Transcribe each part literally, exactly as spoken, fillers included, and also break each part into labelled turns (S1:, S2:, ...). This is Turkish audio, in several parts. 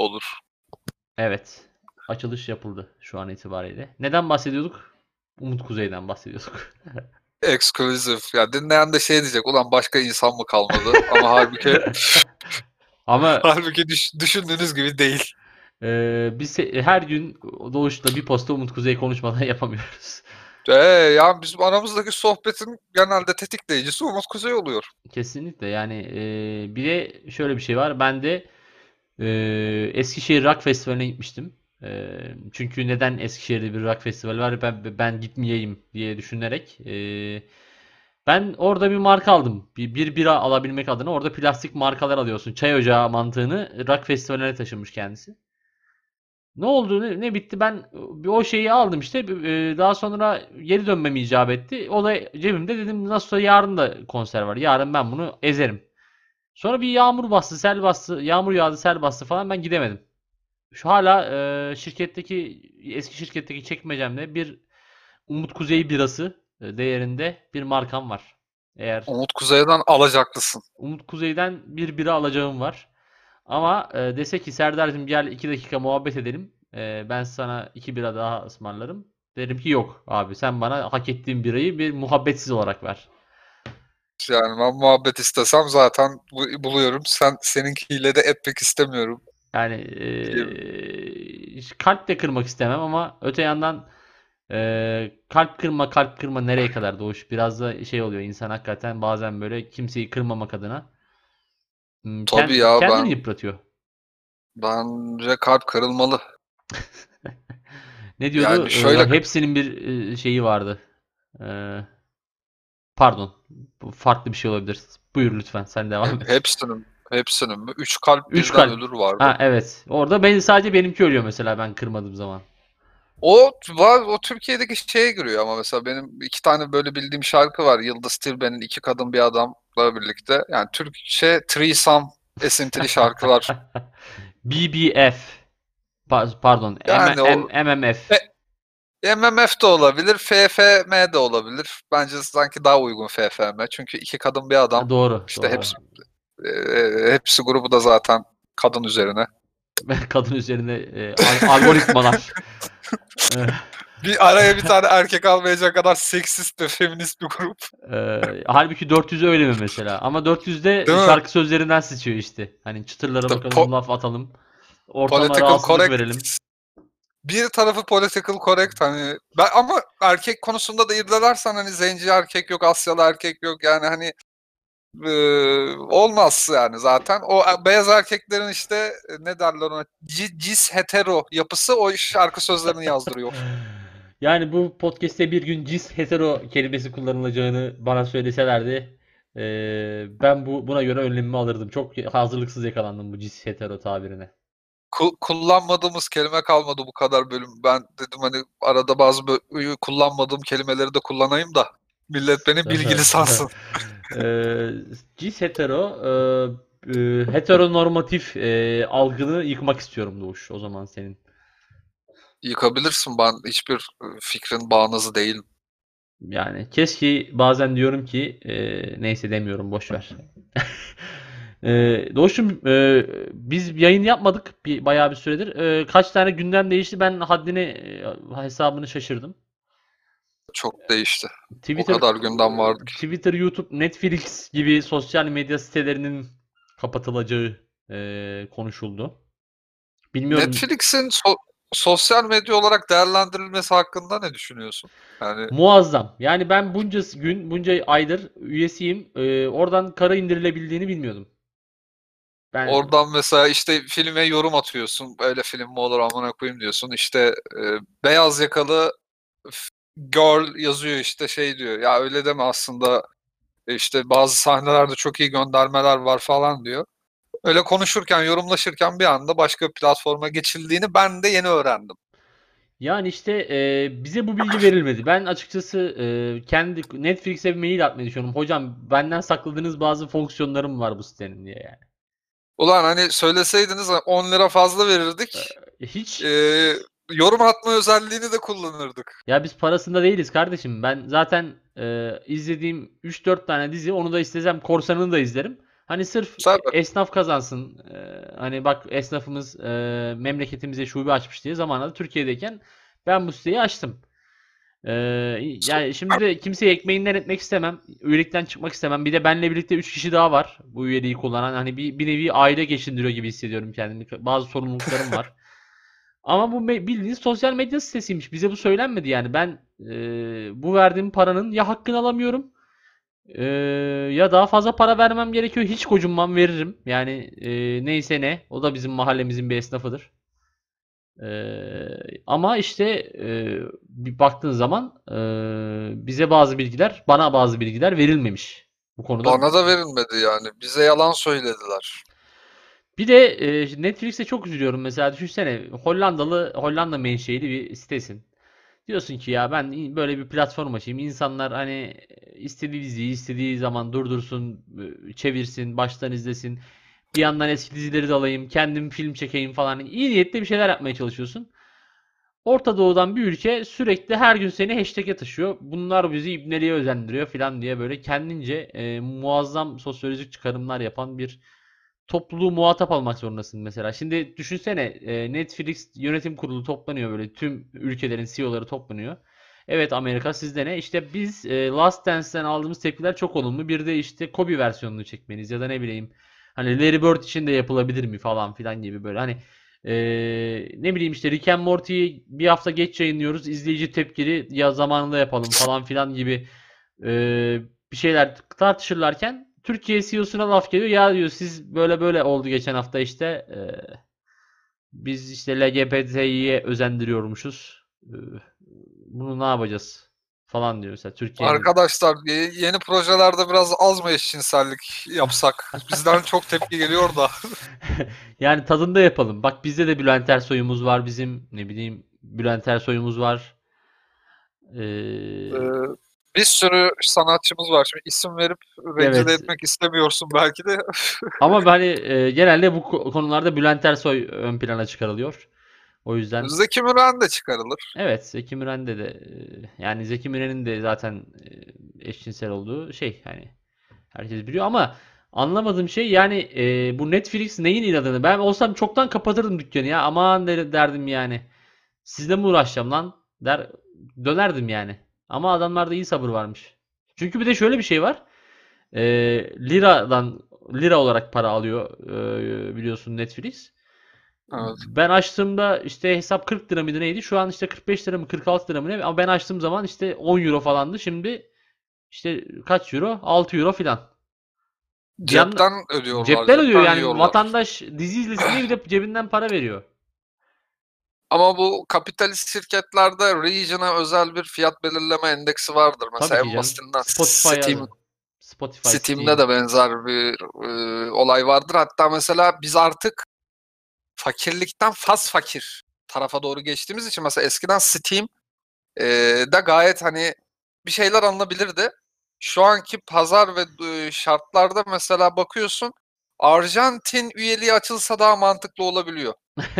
S1: olur.
S2: Evet. Açılış yapıldı şu an itibariyle. Neden bahsediyorduk? Umut Kuzey'den bahsediyorduk.
S1: Ekskluzif. Ya dinleyen de şey diyecek. Ulan başka insan mı kalmadı? Ama halbuki
S2: Ama
S1: halbuki düş, düşündüğünüz gibi değil.
S2: e, biz her gün Doğuş'la bir posta Umut Kuzey konuşmadan yapamıyoruz.
S1: Ee, yani bizim aramızdaki sohbetin genelde tetikleyicisi Umut Kuzey oluyor.
S2: Kesinlikle yani e, bir de şöyle bir şey var. Ben de e, Eskişehir Rock Festivali'ne gitmiştim. E, çünkü neden Eskişehir'de bir rock festivali var ben ben gitmeyeyim diye düşünerek e, ben orada bir marka aldım. Bir, bir bira alabilmek adına orada plastik markalar alıyorsun. Çay ocağı mantığını rock festivaline taşınmış kendisi. Ne oldu ne, ne bitti ben bir o şeyi aldım işte. E, daha sonra geri dönmem icap etti. O da cebimde dedim nasılsa yarın da konser var. Yarın ben bunu ezerim. Sonra bir yağmur bastı, sel bastı, yağmur yağdı, sel bastı falan ben gidemedim. Şu hala e, şirketteki eski şirketteki çekmecemde bir Umut Kuzey birası e, değerinde bir markam var. Eğer
S1: Umut Kuzey'den alacaklısın.
S2: Umut Kuzey'den bir bira alacağım var. Ama e, dese ki Serdar'cığım gel iki dakika muhabbet edelim. E, ben sana iki bira daha ısmarlarım. Derim ki yok abi sen bana hak ettiğin birayı bir muhabbetsiz olarak ver.
S1: Yani ben muhabbet istesem zaten bu- buluyorum. Sen seninkiyle de etmek istemiyorum.
S2: Yani
S1: Diye-
S2: e, kalp de kırmak istemem ama öte yandan e, kalp kırma kalp kırma nereye kadar Doğuş? Biraz da şey oluyor insan hakikaten bazen böyle kimseyi kırmamak adına hmm,
S1: Tabii
S2: kend-
S1: ya
S2: kendini
S1: ben
S2: yıpratıyor.
S1: bence kalp kırılmalı.
S2: Ne
S1: Yani
S2: diyordu?
S1: şöyle
S2: Ee, hepsinin bir e, şeyi vardı. Ee, pardon. Bu farklı bir şey olabilir. Buyur lütfen sen devam
S1: he-
S2: et.
S1: hepsinin hepsinin mi? Üç kalp
S2: Üç
S1: birden
S2: kalp.
S1: ölür vardı.
S2: Ha evet. Orada ben sadece benimki ölüyor mesela ben kırmadığım zaman.
S1: O var, o Türkiye'deki şeye giriyor ama mesela benim iki tane böyle bildiğim şarkı var. Yıldız Tilbe'nin iki kadın bir adamla birlikte. Yani Türkçe threesome esintili şarkılar.
S2: B B F. Pa- pardon. M
S1: Yani
S2: M
S1: o
S2: MMF.
S1: e, M M F de olabilir, F F M de olabilir. Bence sanki daha uygun F F M. Çünkü iki kadın bir
S2: Ha,
S1: adam.
S2: doğru.
S1: İşte
S2: Doğru.
S1: hepsi e, hepsi grubu da zaten kadın üzerine.
S2: Kadın üzerinde e, al- algoritmalar. Eh,
S1: Bir araya bir tane erkek almayacak kadar seksist ve feminist bir grup.
S2: e, halbuki dört yüz öyle mi mesela? Ama dört yüzde
S1: Değil mi?
S2: şarkı sözlerinden sıçıyor işte. Hani çıtırlara
S1: İşte
S2: bakalım,
S1: po-
S2: laf atalım. Ortama
S1: political
S2: rahatsızlık
S1: correct,
S2: verelim.
S1: bir tarafı political correct hani ben ama erkek konusunda da irdelersen hani zenci erkek yok, Asyalı erkek yok yani hani e, olmaz yani zaten. O beyaz erkeklerin işte e, ne derler ona ci- cis hetero yapısı o şarkı sözlerini yazdırıyor.
S2: Yani bu podcast'te bir gün cis hetero kelimesi kullanılacağını bana söyleselerdi eee, ben bu buna göre önlemimi alırdım. Çok hazırlıksız yakalandım bu cis hetero tabirine.
S1: Ku- kullanmadığımız kelime kalmadı bu kadar bölüm. Ben dedim hani arada bazı bö- kullanmadığım kelimeleri de kullanayım da millet beni bilgili sansın.
S2: Eee cis hetero eee, eee, heteronormatif eee, algını yıkmak istiyorum Doğuş o zaman senin.
S1: Yıkabilirsin, ben hiçbir e, fikrin bağnazı değilim.
S2: Yani keşke bazen diyorum ki eee, neyse demiyorum boş ver. Eee Doğuş'um eee, biz yayın yapmadık bir bayağı bir süredir. Eee, kaç tane gündem değişti ben haddini eee, hesabını şaşırdım.
S1: Çok değişti. O
S2: Twitter,
S1: kadar gündem vardı ki.
S2: Twitter, YouTube, Netflix gibi sosyal medya sitelerinin kapatılacağı eee, konuşuldu. Bilmiyorum.
S1: Netflix'in so- sosyal medya olarak değerlendirilmesi hakkında ne düşünüyorsun? Yani
S2: Muazzam. Yani ben bunca gün, bunca aydır üyesiyim. Eee, oradan kara indirilebildiğini bilmiyordum. Ben
S1: oradan mesela işte filme yorum atıyorsun. Böyle film mi olur amına koyayım diyorsun. İşte e, beyaz yakalı f- girl yazıyor işte şey diyor. Ya öyle deme aslında e, işte bazı sahnelerde çok iyi göndermeler var falan diyor. Öyle konuşurken, yorumlaşırken bir anda başka bir platforma geçildiğini ben de yeni öğrendim.
S2: yani işte e, bize bu bilgi verilmedi. Ben açıkçası e, kendi Netflix'e bir mail atmayı düşünüyorum. Hocam benden sakladığınız bazı fonksiyonlarım var bu sitenin diye yani.
S1: Ulan hani söyleseydiniz on lira fazla verirdik.
S2: E, hiç
S1: Ee, yorum atma özelliğini de kullanırdık.
S2: ya biz parasında değiliz kardeşim. Ben zaten e, izlediğim üç dört tane dizi onu da istesem korsanını da izlerim. Hani sırf
S1: Tabii.
S2: esnaf kazansın. e, Hani bak esnafımız e, memleketimize şube açmış diye zamanında Türkiye'deyken ben bu siteyi açtım. E, Yani şimdi de kimseye ekmeğinden etmek istemem. Üyelikten çıkmak istemem. Bir de benle birlikte üç kişi daha var bu üyeliği kullanan. Hani bir, bir nevi aile geçindiriyor gibi hissediyorum kendimi. Bazı sorumluluklarım var. Ama bu me- bildiğiniz sosyal medya sitesiymiş. Bize bu söylenmedi yani. Ben e, bu verdiğim paranın ya hakkını alamıyorum e, ya daha fazla para vermem gerekiyor. Hiç gocunmam, veririm. Yani e, neyse ne. O da bizim mahallemizin bir esnafıdır. E, Ama işte e, bir baktığın zaman e, bize bazı bilgiler, bana bazı bilgiler verilmemiş. Bu konuda.
S1: Bana da verilmedi yani. Bize yalan söylediler.
S2: Bir de e, Netflix'e çok üzülüyorum mesela. Düşünsene, Hollandalı, Hollanda menşeli bir sitesin. Diyorsun ki ya ben böyle bir platform açayım. İnsanlar hani istediği diziyi istediği zaman durdursun, e, çevirsin, baştan izlesin. Bir yandan eski dizileri de alayım, kendim film çekeyim falan. İyi niyetli bir şeyler yapmaya çalışıyorsun. Orta Doğu'dan bir ülke sürekli her gün seni hashtag'e taşıyor. Bunlar bizi ibneliğe özendiriyor falan diye böyle kendince e, muazzam sosyolojik çıkarımlar yapan bir topluluğu muhatap almak zorundasın mesela. Şimdi düşünsene, e, Netflix yönetim kurulu toplanıyor, böyle tüm ülkelerin C E O'ları toplanıyor. Evet Amerika, sizde ne? İşte biz e, Last Dance'den aldığımız tepkiler çok olumlu. Bir de işte Kobe versiyonunu çekmeniz ya da ne bileyim hani Larry Bird için de yapılabilir mi falan filan gibi böyle hani e, ne bileyim işte Rick and Morty'yi bir hafta geç yayınlıyoruz. İzleyici tepkili ya zamanında yapalım falan filan gibi e, bir şeyler tartışırlarken Türkiye C E O'suna laf geliyor. Ya diyor siz böyle böyle oldu geçen hafta işte. E, biz işte L G B T'ye özendiriyormuşuz. E, bunu ne yapacağız? Falan diyor mesela Türkiye'nin.
S1: Arkadaşlar y- yeni projelerde biraz az mı eşcinsellik yapsak? Bizden çok tepki geliyor da.
S2: Yani tadında yapalım. Bak bizde de Bülent Ersoy'umuz var bizim. Ne bileyim Bülent Ersoy'umuz var.
S1: Ee,
S2: Ee,
S1: Bir sürü sanatçımız var. Şimdi isim verip rencide
S2: evet.
S1: etmek istemiyorsun belki de.
S2: Ama hani e, genelde bu ko- konularda Bülent Ersoy ön plana çıkarılıyor. O yüzden
S1: Zeki Müren de çıkarılır.
S2: evet, Zeki Müren'de de e, yani Zeki Müren'in de zaten e, eşcinsel olduğu şey hani herkes biliyor ama anlamadığım şey yani e, bu Netflix neyin inadını? Ben olsam çoktan kapatırdım dükkanı ya. Aman der- derdim yani. Sizle mi uğraşacağım lan der dönerdim yani. Ama adamlarda iyi sabır varmış. Çünkü bir de şöyle bir şey var. E, liradan lira olarak para alıyor e, biliyorsun Netflix.
S1: Evet.
S2: Ben açtığımda işte hesap kırk lira mıydı neydi? Şu an işte kırk beş lira mı kırk altı lira mı ne? Ama ben açtığım zaman işte on euro falandı. Şimdi işte kaç euro? altı euro filan. Bir anda
S1: Cepten ödüyorlar,
S2: cepten ödüyor
S1: cepten
S2: yani,
S1: yiyorlar.
S2: vatandaş dizi izlesin diye bir de cebinden para veriyor.
S1: Ama bu kapitalist şirketlerde region'a özel bir fiyat belirleme endeksi vardır.
S2: Tabii
S1: Mesela
S2: ki
S1: en
S2: canım.
S1: basitinden Steam,
S2: Spotify'a Spotify,
S1: Steam'de
S2: Steam.
S1: de benzer bir e, olay vardır. Hatta mesela biz artık fakirlikten faz fakir tarafa doğru geçtiğimiz için mesela eskiden Steam e, de gayet hani bir şeyler alınabilirdi. Şu anki pazar ve e, şartlarda mesela bakıyorsun Arjantin üyeliği açılsa daha mantıklı olabiliyor.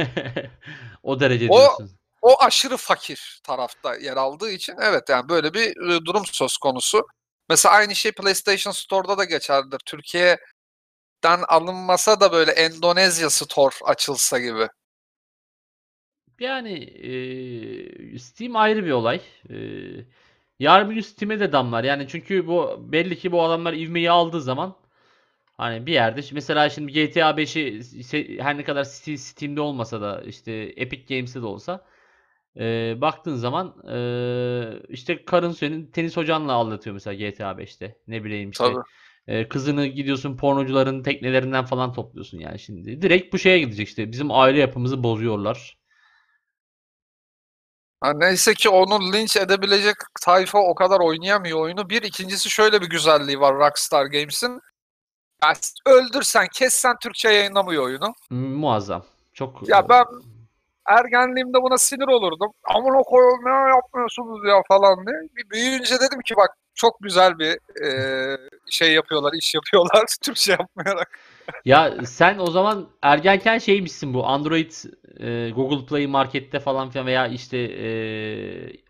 S2: O derece
S1: O
S2: diyorsun.
S1: o aşırı fakir tarafta yer aldığı için evet yani böyle bir e, durum söz konusu. Mesela aynı şey PlayStation Store'da da geçerlidir. Türkiye'den alınmasa da böyle Endonezya Store açılsa gibi.
S2: Yani eee, Steam ayrı bir olay. Eee yarın bir gün Steam'e de damlar. Yani çünkü bu belli ki bu adamlar ivmeyi aldığı zaman hani bir yerde mesela şimdi G T A beşi se- her ne kadar Sti- Steam'de olmasa da işte Epic Games'te de olsa eee, baktığın zaman eee, işte karın senin tenis hocanla aldatıyor mesela G T A beşte. Ne bileyim işte
S1: Tabii.
S2: eee, kızını gidiyorsun pornocuların teknelerinden falan topluyorsun yani şimdi. Direkt bu şeye gidecek işte. Bizim aile yapımızı bozuyorlar.
S1: Ha, neyse ki onu linç edebilecek tayfa o kadar oynayamıyor oyunu. Bir, ikincisi şöyle bir güzelliği var Rockstar Games'in. Ya, öldürsen, kessen Türkçe yayınlamıyor oyunu.
S2: Muazzam. Çok e,
S1: Ya ben ergenliğimde buna sinir olurdum. Amına koyayım ne yapmıyorsunuz ya falan diye. Bir büyüyünce dedim ki bak çok güzel bir e, şey yapıyorlar, iş yapıyorlar Türkçe yapmayarak.
S2: ya sen o zaman ergenken şeymişsin, bu Android e, Google Play Market'te falan filan veya işte e,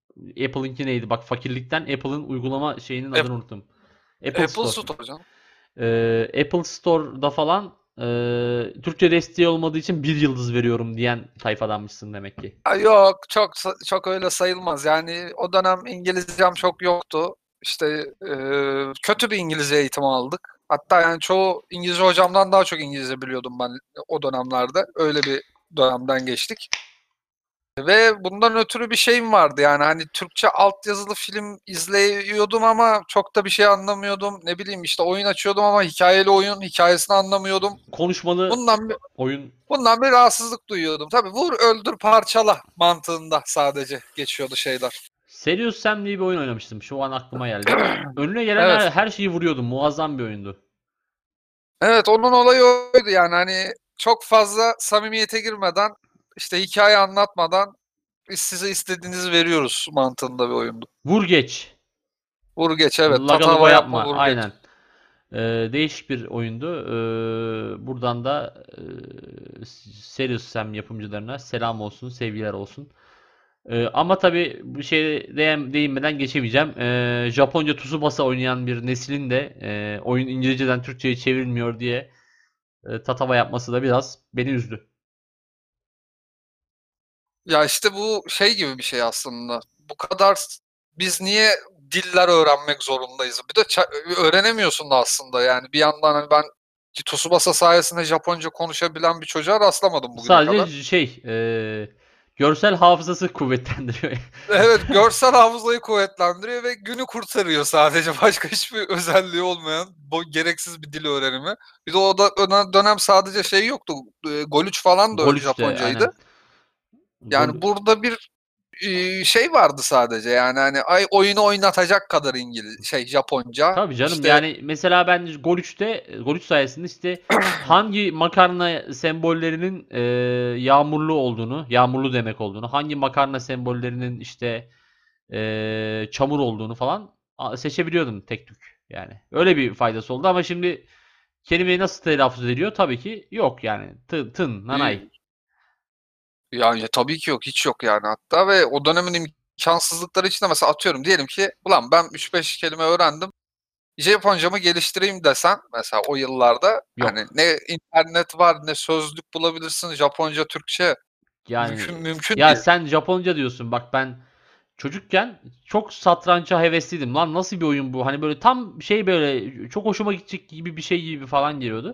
S2: Apple'ınki neydi? Bak fakirlikten Apple'ın uygulama şeyinin adını
S1: Apple,
S2: unuttum. Apple
S1: Apple
S2: Store.
S1: Store hocam.
S2: Ee, Apple Store'da falan e, Türkçe desteği olmadığı için bir yıldız veriyorum diyen tayfadanmışsın demek ki.
S1: Ha, yok çok sa- çok öyle sayılmaz. Yani o dönem İngilizcem çok yoktu. İşte e, kötü bir İngilizce eğitimi aldık. Hatta yani çoğu İngilizce hocamdan daha çok İngilizce biliyordum ben o dönemlerde. Öyle bir dönemden geçtik. Ve bundan ötürü bir şeyim vardı yani hani Türkçe altyazılı film izleyiyordum ama çok da bir şey anlamıyordum. Ne bileyim işte oyun açıyordum ama hikayeli oyun hikayesini anlamıyordum.
S2: Konuşmalı
S1: Bundan bir,
S2: oyun.
S1: bundan bir rahatsızlık duyuyordum. Tabii vur öldür parçala mantığında sadece geçiyordu şeyler.
S2: Serious Sam diye bir oyun oynamıştım. Şu an aklıma geldi. Önüne gelen
S1: Evet.
S2: her, her şeyi vuruyordum. Muazzam bir oyundu.
S1: Evet onun olayı oydu yani hani çok fazla samimiyete girmeden işte hikaye anlatmadan biz size istediğinizi veriyoruz mantığında bir oyundu.
S2: Vur geç.
S1: Vur geç evet
S2: Laga luga
S1: tatava yapma
S2: yapma.
S1: vur geç.
S2: Aynen. Ee, değişik bir oyundu. Ee, buradan da e, Serious Sam yapımcılarına selam olsun, sevgiler olsun. Ee, ama tabii bir şey değin, değinmeden geçemeyeceğim. Ee, Japonca Tsubasa oynayan bir neslin de e, oyun İngilizceden Türkçe'ye çevrilmiyor diye e, tatava yapması da biraz beni üzdü.
S1: Ya işte bu şey gibi bir şey aslında. Bu kadar biz niye diller öğrenmek zorundayız? Bir de ça- öğrenemiyorsun da aslında yani bir yandan hani ben Tsubasa sayesinde Japonca konuşabilen bir çocuğa rastlamadım bugüne kadar.
S2: Sadece şey, e, görsel hafızası kuvvetlendiriyor.
S1: Evet görsel hafızayı kuvvetlendiriyor ve günü kurtarıyor sadece. Başka hiçbir özelliği olmayan bu gereksiz bir dil öğrenimi. Bir de o da dönem, dönem sadece şey yoktu. E, Gol üç falan da
S2: Gol üçte
S1: Japoncaydı.
S2: aynen. Gol.
S1: Yani burada bir e, şey vardı sadece yani hani ay oyunu oynatacak kadar İngiliz şey Japonca.
S2: Tabii canım,
S1: İşte
S2: yani mesela ben Gol üçte Gol üç sayesinde işte hangi makarna sembollerinin e, yağmurlu olduğunu, yağmurlu demek olduğunu, hangi makarna sembollerinin işte e, çamur olduğunu falan a- seçebiliyordum tek tük yani. Öyle bir faydası oldu ama şimdi kelimeyi nasıl telaffuz ediyor? Tabii ki yok yani. Tın, tın, nanay.
S1: e, yani tabii ki yok hiç yok yani hatta ve o dönemin imkansızlıkları içinde mesela atıyorum diyelim ki ulan ben üç beş kelime öğrendim. Japoncamı geliştireyim desen mesela o yıllarda hani
S2: Yok.
S1: ne internet var ne sözlük bulabilirsin Japonca Türkçe mümkün
S2: Yani
S1: mümkün
S2: ya
S1: değil.
S2: sen Japonca diyorsun. Bak ben çocukken çok satrança hevesliydim. Lan nasıl bir oyun bu? Hani böyle tam şey, böyle çok hoşuma gidecek gibi bir şey gibi falan geliyordu.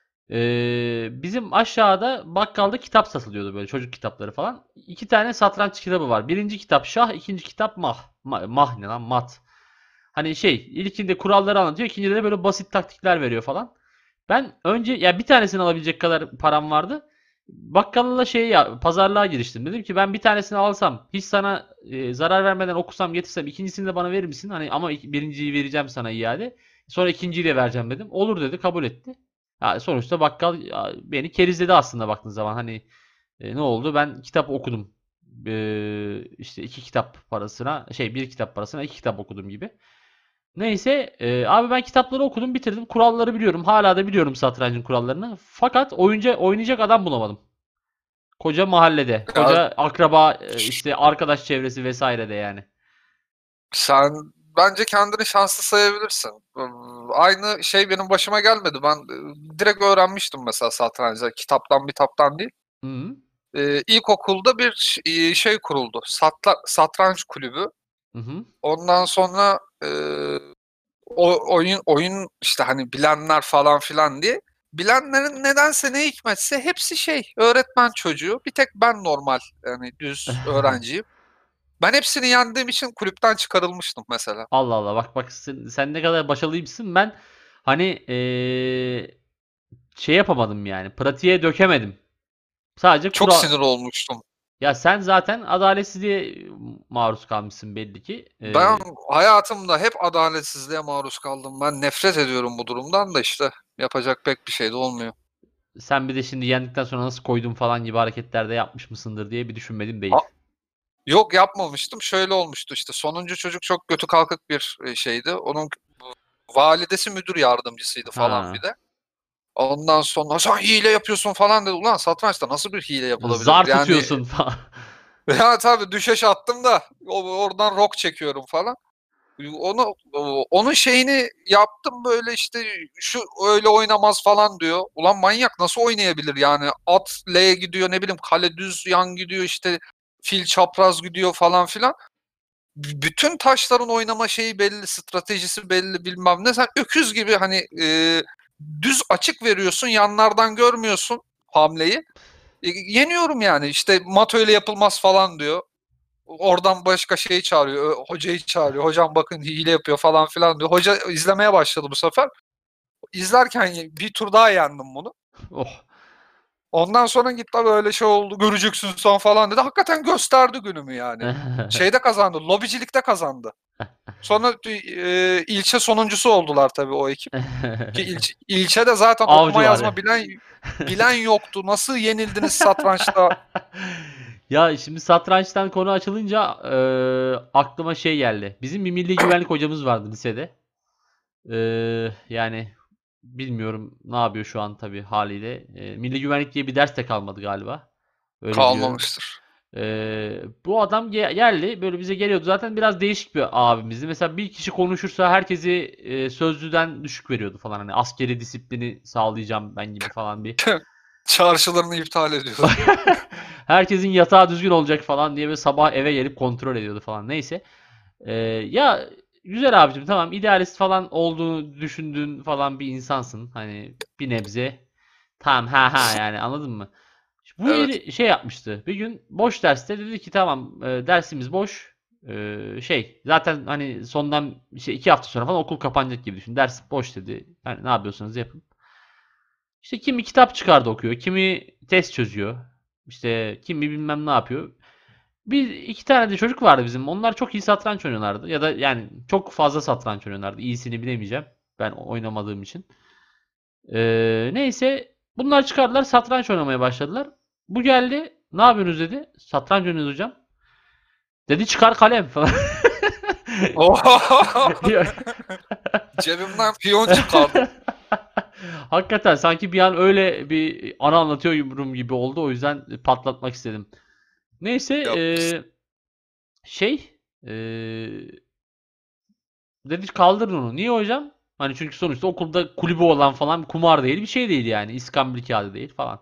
S2: Ee, bizim aşağıda bakkalda kitap satılıyordu, böyle çocuk kitapları falan. İki tane satranç kitabı var. Birinci kitap şah, ikinci kitap mah. Ma- Mah ne lan, mat. Hani şey, ilkinde kuralları anlatıyor, ikincide de böyle basit taktikler veriyor falan. Ben önce ya bir tanesini alabilecek kadar param vardı. Bakkalla şey ya, pazarlığa giriştim. Dedim ki ben bir tanesini alsam, hiç sana e, zarar vermeden okusam getirsem, ikincisini de bana verir misin? Hani ama iki- birinciyi vereceğim sana iade. Sonra ikinciyi de vereceğim dedim. Olur dedi, kabul etti. Ya sonuçta bakkal ya, beni kerizledi aslında baktığın zaman. Hani e, ne oldu? Ben kitap okudum. E, işte iki kitap parasına, şey bir kitap parasına iki kitap okudum gibi. Neyse e, abi ben kitapları okudum, bitirdim. Kuralları biliyorum. Hala da biliyorum satrancın kurallarını. Fakat oyunca oynayacak adam bulamadım. Koca mahallede,
S1: Ya
S2: koca akraba, e, işte arkadaş çevresi vesaire de yani.
S1: sen bence kendini şanslı sayabilirsin. Iıı, Aynı şey benim başıma gelmedi. Ben e, direkt öğrenmiştim mesela satrancı. Kitaptan kitaptan değil.
S2: Hı
S1: Ee, ilkokulda bir ş- e, şey kuruldu. Satla, satranç kulübü.
S2: hı. Hı.
S1: Ondan sonra e, o oyun oyun işte hani bilenler falan filan diye. Bilenlerin nedense ne hikmetse hepsi şey öğretmen çocuğu. Bir tek ben normal yani düz öğrenciyim. Ben hepsini yendiğim için kulüpten çıkarılmıştım mesela.
S2: Allah Allah, bak bak sen, sen ne kadar başarılıymışsın. Ben hani e, şey yapamadım yani. Pratiğe dökemedim. Sadece
S1: Çok
S2: kural.
S1: sinir olmuştum.
S2: Ya sen zaten adaletsizliğe maruz kalmışsın belli ki. E,
S1: Ben hayatımda hep adaletsizliğe maruz kaldım. Ben nefret ediyorum bu durumdan da işte yapacak pek bir şey de olmuyor.
S2: Sen bir de şimdi yendikten sonra nasıl koydum falan gibi hareketler de yapmış mısındır diye bir düşünmedim
S1: A-
S2: değil.
S1: Yok yapmamıştım. Şöyle olmuştu işte. Sonuncu çocuk çok götü kalkık bir e, şeydi. Onun validesi müdür yardımcısıydı falan bir
S2: Ha.
S1: de. Ondan sonra sen hile yapıyorsun falan dedi. Ulan satrançta nasıl bir hile yapılabilir?
S2: Zar
S1: Yani
S2: tutuyorsun falan.
S1: ya tabii düşeş attım da o- oradan rok çekiyorum falan. Onu onun şeyini yaptım böyle işte şu öyle oynamaz falan diyor. Ulan manyak nasıl oynayabilir yani? At L'ye gidiyor ne bileyim kale düz yan gidiyor işte fil çapraz gidiyor falan filan. B- Bütün taşların oynama şeyi belli, stratejisi belli bilmem ne. Sen öküz gibi hani e, düz açık veriyorsun, yanlardan görmüyorsun hamleyi. E, yeniyorum yani işte mat öyle yapılmaz falan diyor. Oradan başka şeyi çağırıyor. ö- Hocayı çağırıyor. Hocam bakın hile yapıyor falan filan diyor. Hoca izlemeye başladı bu sefer. İzlerken bir tur daha yendim bunu.
S2: Oh.
S1: Ondan sonra gitti böyle şey oldu. Göreceksin son falan dedi. Hakikaten gösterdi günümü yani. Şeyde kazandı. Lobicilikte kazandı. Sonra e, ilçe sonuncusu oldular tabii o ekip. Ki ilçe, ilçede zaten
S2: Avcı
S1: okuma
S2: var.
S1: yazma bilen bilen yoktu. Nasıl yenildiniz satrançta?
S2: Ya şimdi satrançtan konu açılınca e, aklıma şey geldi. Bizim bir milli güvenlik hocamız vardı lisede. E, yani bilmiyorum ne yapıyor şu an tabii haliyle. E, milli güvenlik diye bir ders de kalmadı galiba. Öyle biliyorum.
S1: Kalmamıştır.
S2: E, bu adam ge- geldi böyle bize geliyordu. Zaten biraz değişik bir abimizdi. Mesela bir kişi konuşursa herkesi e, sözlüden düşük veriyordu falan. Hani askeri disiplini sağlayacağım ben gibi falan bir.
S1: Çarşılarını iptal ediyordu.
S2: Herkesin yatağı düzgün olacak falan diye ve sabah eve gelip kontrol ediyordu falan. Neyse. Ee, ya güzel abicim tamam idealist falan olduğunu düşündüğün falan bir insansın. Hani bir nebze. Tamam ha ha yani anladın mı? Bu
S1: Evet.
S2: yeri şey yapmıştı. Bir gün boş derste dedi ki tamam e, dersimiz boş. E, şey zaten hani sondan işte iki hafta sonra falan okul kapanacak gibi düşün. Ders boş dedi. Yani ne yapıyorsanız yapın. İşte kimi kitap çıkardı okuyor, kimi test çözüyor. İşte kimi bilmem ne yapıyor. Bir iki tane de çocuk vardı bizim. Onlar çok iyi satranç oynuyorlardı. Ya da yani çok fazla satranç oynuyorlardı. İyisini bilemeyeceğim. Ben oynamadığım için. Ee, neyse bunlar çıkardılar satranç oynamaya başladılar. Bu geldi. Ne yapıyorsunuz dedi. Satranç oynuyoruz hocam. Dedi çıkar kalem falan.
S1: Cebimden piyon çıkardım.
S2: Hakikaten sanki bir an öyle bir ana anlatıyorum gibi oldu. O yüzden patlatmak istedim. Neyse
S1: Yapmışsın.
S2: eee, şey eee dedi kaldırın onu. Niye hocam? Hani çünkü sonuçta okulda kulübü olan falan bir kumar değil bir şey değil yani. İskambil kağıdı değil falan.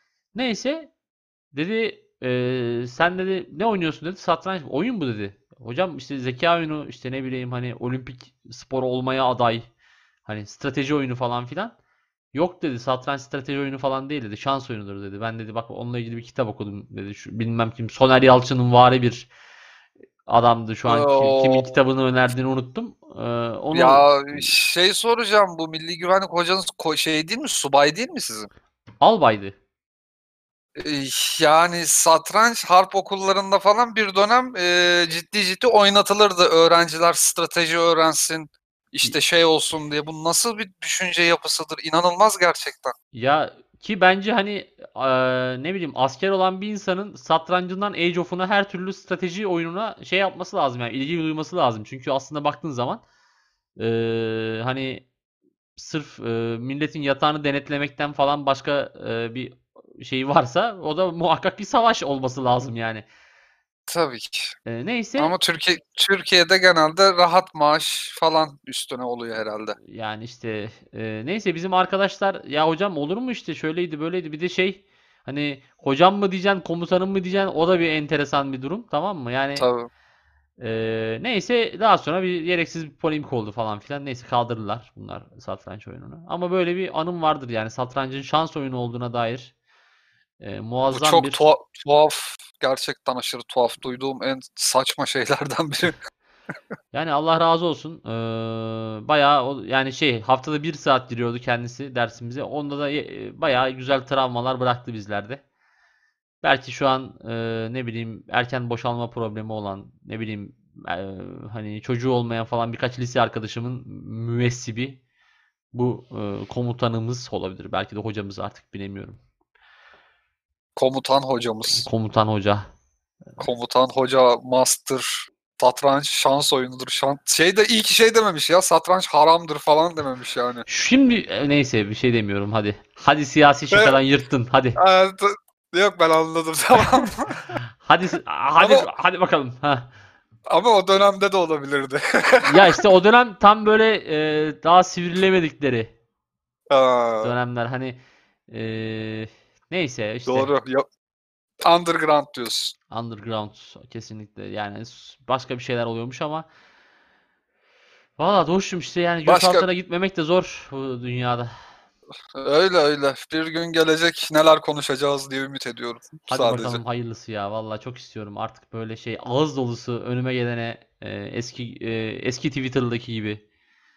S2: Neyse dedi eee, sen dedi ne oynuyorsun dedi. Satranç oyun bu dedi. Hocam işte zeka oyunu işte ne bileyim hani olimpik spor olmaya aday. Hani strateji oyunu falan filan. Yok dedi satranç strateji oyunu falan değil dedi. Şans oyunudur dedi. Ben dedi bak onunla ilgili bir kitap okudum dedi. Şu, bilmem kim Soner Yalçın'ın vari bir adamdı. Şu an ki- kimin
S1: Oo.
S2: kitabını önerdiğini unuttum. Ee, onu
S1: Ya şey soracağım bu milli güvenlik hocanız ko- şey değil mi? Subay değil mi sizin?
S2: albaydı.
S1: Ee, Yani satranç harp okullarında falan bir dönem e, ciddi ciddi oynatılırdı. Öğrenciler strateji öğrensin, işte şey olsun diye. Bu nasıl bir düşünce yapısıdır? İnanılmaz gerçekten.
S2: Ya ki bence hani eee, ne bileyim asker olan bir insanın satrancından Age of'una her türlü strateji oyununa şey yapması lazım yani ilgi duyması lazım. Çünkü aslında baktığın zaman eee, hani sırf eee, milletin yatağını denetlemekten falan başka eee, bir şey varsa o da muhakkak bir savaş olması lazım yani.
S1: Tabii ki.
S2: Eee, neyse
S1: Ama Türkiye Türkiye'de genelde rahat maaş falan üstüne oluyor herhalde.
S2: yani işte eee, neyse bizim arkadaşlar ya hocam olur mu işte şöyleydi böyleydi bir de şey hani hocam mı diyeceksin komutanım mı diyeceksin o da bir enteresan bir durum tamam mı? Yani
S1: Tabii.
S2: eee, neyse daha sonra bir gereksiz bir polemik oldu falan filan neyse kaldırdılar bunlar satranç oyununu. Ama böyle bir anım vardır yani satrancın şans oyunu olduğuna dair eee,
S1: Bu
S2: muazzam
S1: çok
S2: bir
S1: tuha- tuhaf, gerçekten aşırı tuhaf duyduğum en saçma şeylerden biri.
S2: yani Allah razı olsun eee bayağı o- yani şey haftada bir saat giriyordu kendisi dersimize onda da e, bayağı güzel travmalar bıraktı bizlerde. Belki şu an e, ne bileyim erken boşalma problemi olan ne bileyim e, hani çocuğu olmayan falan birkaç lise arkadaşımın müessibi bu e, komutanımız olabilir. Belki de hocamız artık bilemiyorum.
S1: Komutan hocamız.
S2: Komutan hoca.
S1: Komutan hoca, master, satranç şans oyunudur. Şans... Şey de iyi ki şey dememiş ya, satranç haramdır falan dememiş yani.
S2: Şimdi e, neyse bir şey demiyorum hadi. Hadi siyasi
S1: Ve
S2: şakadan yırttın hadi.
S1: e, t- yok ben anladım tamam.
S2: Hadi hadi
S1: Ama
S2: hadi bakalım. Ha.
S1: Ama o dönemde de olabilirdi.
S2: Ya işte o dönem tam böyle e, daha sivrilemedikleri
S1: Aa,
S2: dönemler. Hani e, neyse işte
S1: doğru. Ya, underground diyorsun.
S2: underground kesinlikle. Yani s- başka bir şeyler oluyormuş ama valla Doğuş'um işte yani göz
S1: Başka
S2: altına gitmemek de zor bu dünyada.
S1: öyle öyle. Bir gün gelecek neler konuşacağız diye ümit ediyorum
S2: Hadi
S1: sadece.
S2: bakalım hayırlısı ya. Vallahi çok istiyorum. Artık böyle şey ağız dolusu önüme gelene e, eski e, eski Twitter'daki gibi.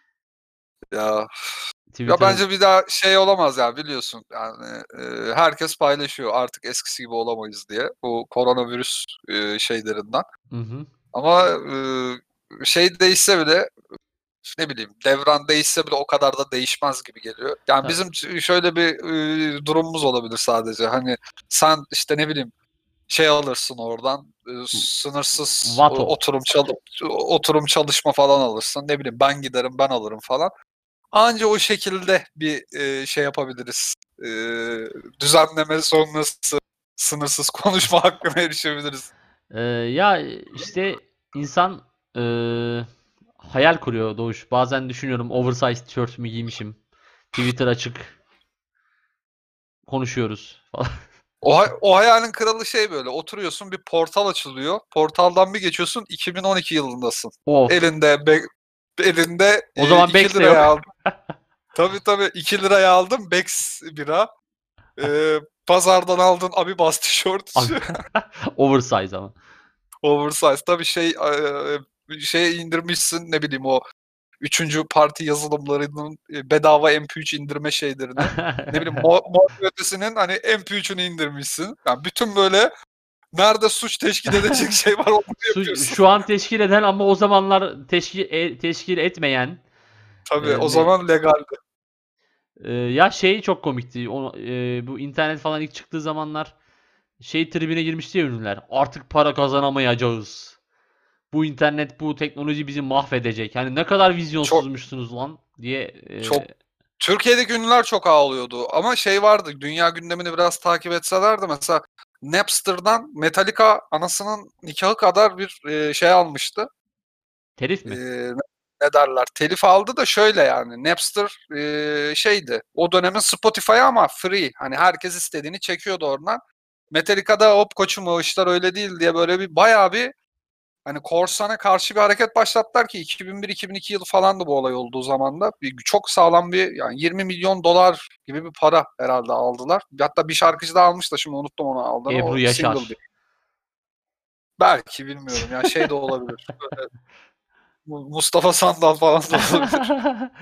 S1: Ya ya
S2: Twitter
S1: bence bir daha şey olamaz ya, biliyorsun. Yani e, herkes paylaşıyor artık eskisi gibi olamayız diye. Bu koronavirüs e, şeylerinden.
S2: hı hı.
S1: Ama e, şey değişse bile, ne bileyim, devran değişse bile o kadar da değişmez gibi geliyor. Yani
S2: Ta-
S1: bizim ç- şöyle bir e, durumumuz olabilir sadece. Hani sen işte ne bileyim şey alırsın oradan, e, sınırsız o-
S2: Vato.
S1: oturum çal oturum çalışma falan alırsın. Ne bileyim ben giderim ben alırım falan. Anca o şekilde bir e, şey yapabiliriz. E, düzenleme sonrası sınırsız konuşma hakkına erişebiliriz.
S2: Ee, ya işte insan ee, hayal kuruyor Doğuş. Bazen düşünüyorum oversize tişörtümü giymişim. Twitter açık konuşuyoruz falan.
S1: O, hay- o hayalin kralı şey, böyle oturuyorsun, bir portal açılıyor. Portaldan bir geçiyorsun, iki bin on iki yılındasın.
S2: Of.
S1: Elinde be- elinde
S2: O
S1: e,
S2: zaman
S1: iki
S2: Bex de
S1: liraya
S2: yok.
S1: aldım. Tabii tabii, iki liraya aldım Bex bira. E, pazardan aldın Abibas tişört.
S2: Abi, oversize ama.
S1: Oversize. Tabii şey e, şey indirmişsin, ne bileyim, o üçüncü parti yazılımlarının e, bedava M P üç indirme şeylerini. Ne bileyim Mo- Mor ve Ötesi'nin hani M P üçünü indirmişsin. Yani bütün böyle nerede suç teşkil edecek şey var onları
S2: Su-
S1: yapıyorsun.
S2: Şu an teşkil eden ama o zamanlar teşkil e- teşkil etmeyen
S1: Tabii
S2: e,
S1: o
S2: me-
S1: zaman legaldi.
S2: e, ya şey çok komikti. O, e, bu internet falan ilk çıktığı zamanlar şey tribine girmişti ya ünlüler. Artık para kazanamayacağız. Bu internet, bu teknoloji bizi mahvedecek. Yani ne kadar
S1: Çok
S2: vizyonsuzmuşsunuz lan diye. e,
S1: çok Türkiye'deki ünlüler çok ağlıyordu ama şey vardı, dünya gündemini biraz takip etselerdi, mesela Napster'dan Metallica anasının nikahı kadar bir e, şey almıştı.
S2: Telif
S1: E,
S2: mi?
S1: ne derler, telif aldı da şöyle, yani Napster e, şeydi o dönemin Spotify ama free, hani herkes istediğini çekiyordu oradan. Metallica'da hop koçum o işler öyle değil diye böyle bir bayağı bir, hani korsana karşı bir hareket başlattılar ki iki bin bir iki bin iki yılı falandı bu olay olduğu zaman da. Bir, çok sağlam bir, yani yirmi milyon dolar gibi bir para herhalde aldılar. Hatta bir şarkıcı da almış da şimdi unuttum onu aldığını.
S2: Ebru
S1: O single
S2: Yaşar.
S1: bir. Belki bilmiyorum ya, şey de olabilir. Böyle Mustafa Sandal falan da olabilir.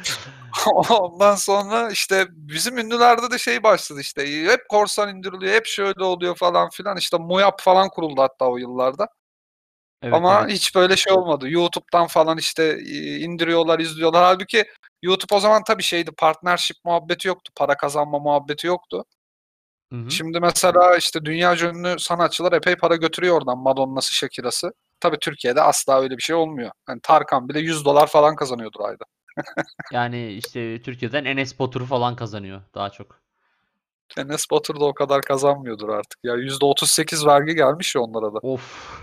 S1: Ondan sonra işte bizim ünlülerde de şey başladı, işte hep korsan indiriliyor, hep şöyle oluyor falan filan. İşte MUYAP falan kuruldu hatta o yıllarda.
S2: Evet,
S1: Ama
S2: evet.
S1: hiç böyle şey olmadı. YouTube'dan falan işte e, indiriyorlar, izliyorlar. Halbuki YouTube o zaman tabii şeydi, partnership muhabbeti yoktu. Para kazanma muhabbeti yoktu.
S2: Hı hı.
S1: Şimdi mesela işte dünya ünlü sanatçılar epey para götürüyor oradan. Madonna'sı, Shakira'sı. Tabii Türkiye'de asla öyle bir şey olmuyor. Yani Tarkan bile yüz dolar falan kazanıyordur ayda.
S2: Yani işte Türkiye'den Enes Batur'u falan kazanıyor daha çok.
S1: Enes Batur da o kadar kazanmıyordur artık. Ya yüzde otuz sekiz vergi gelmiş ya onlara da.
S2: Of.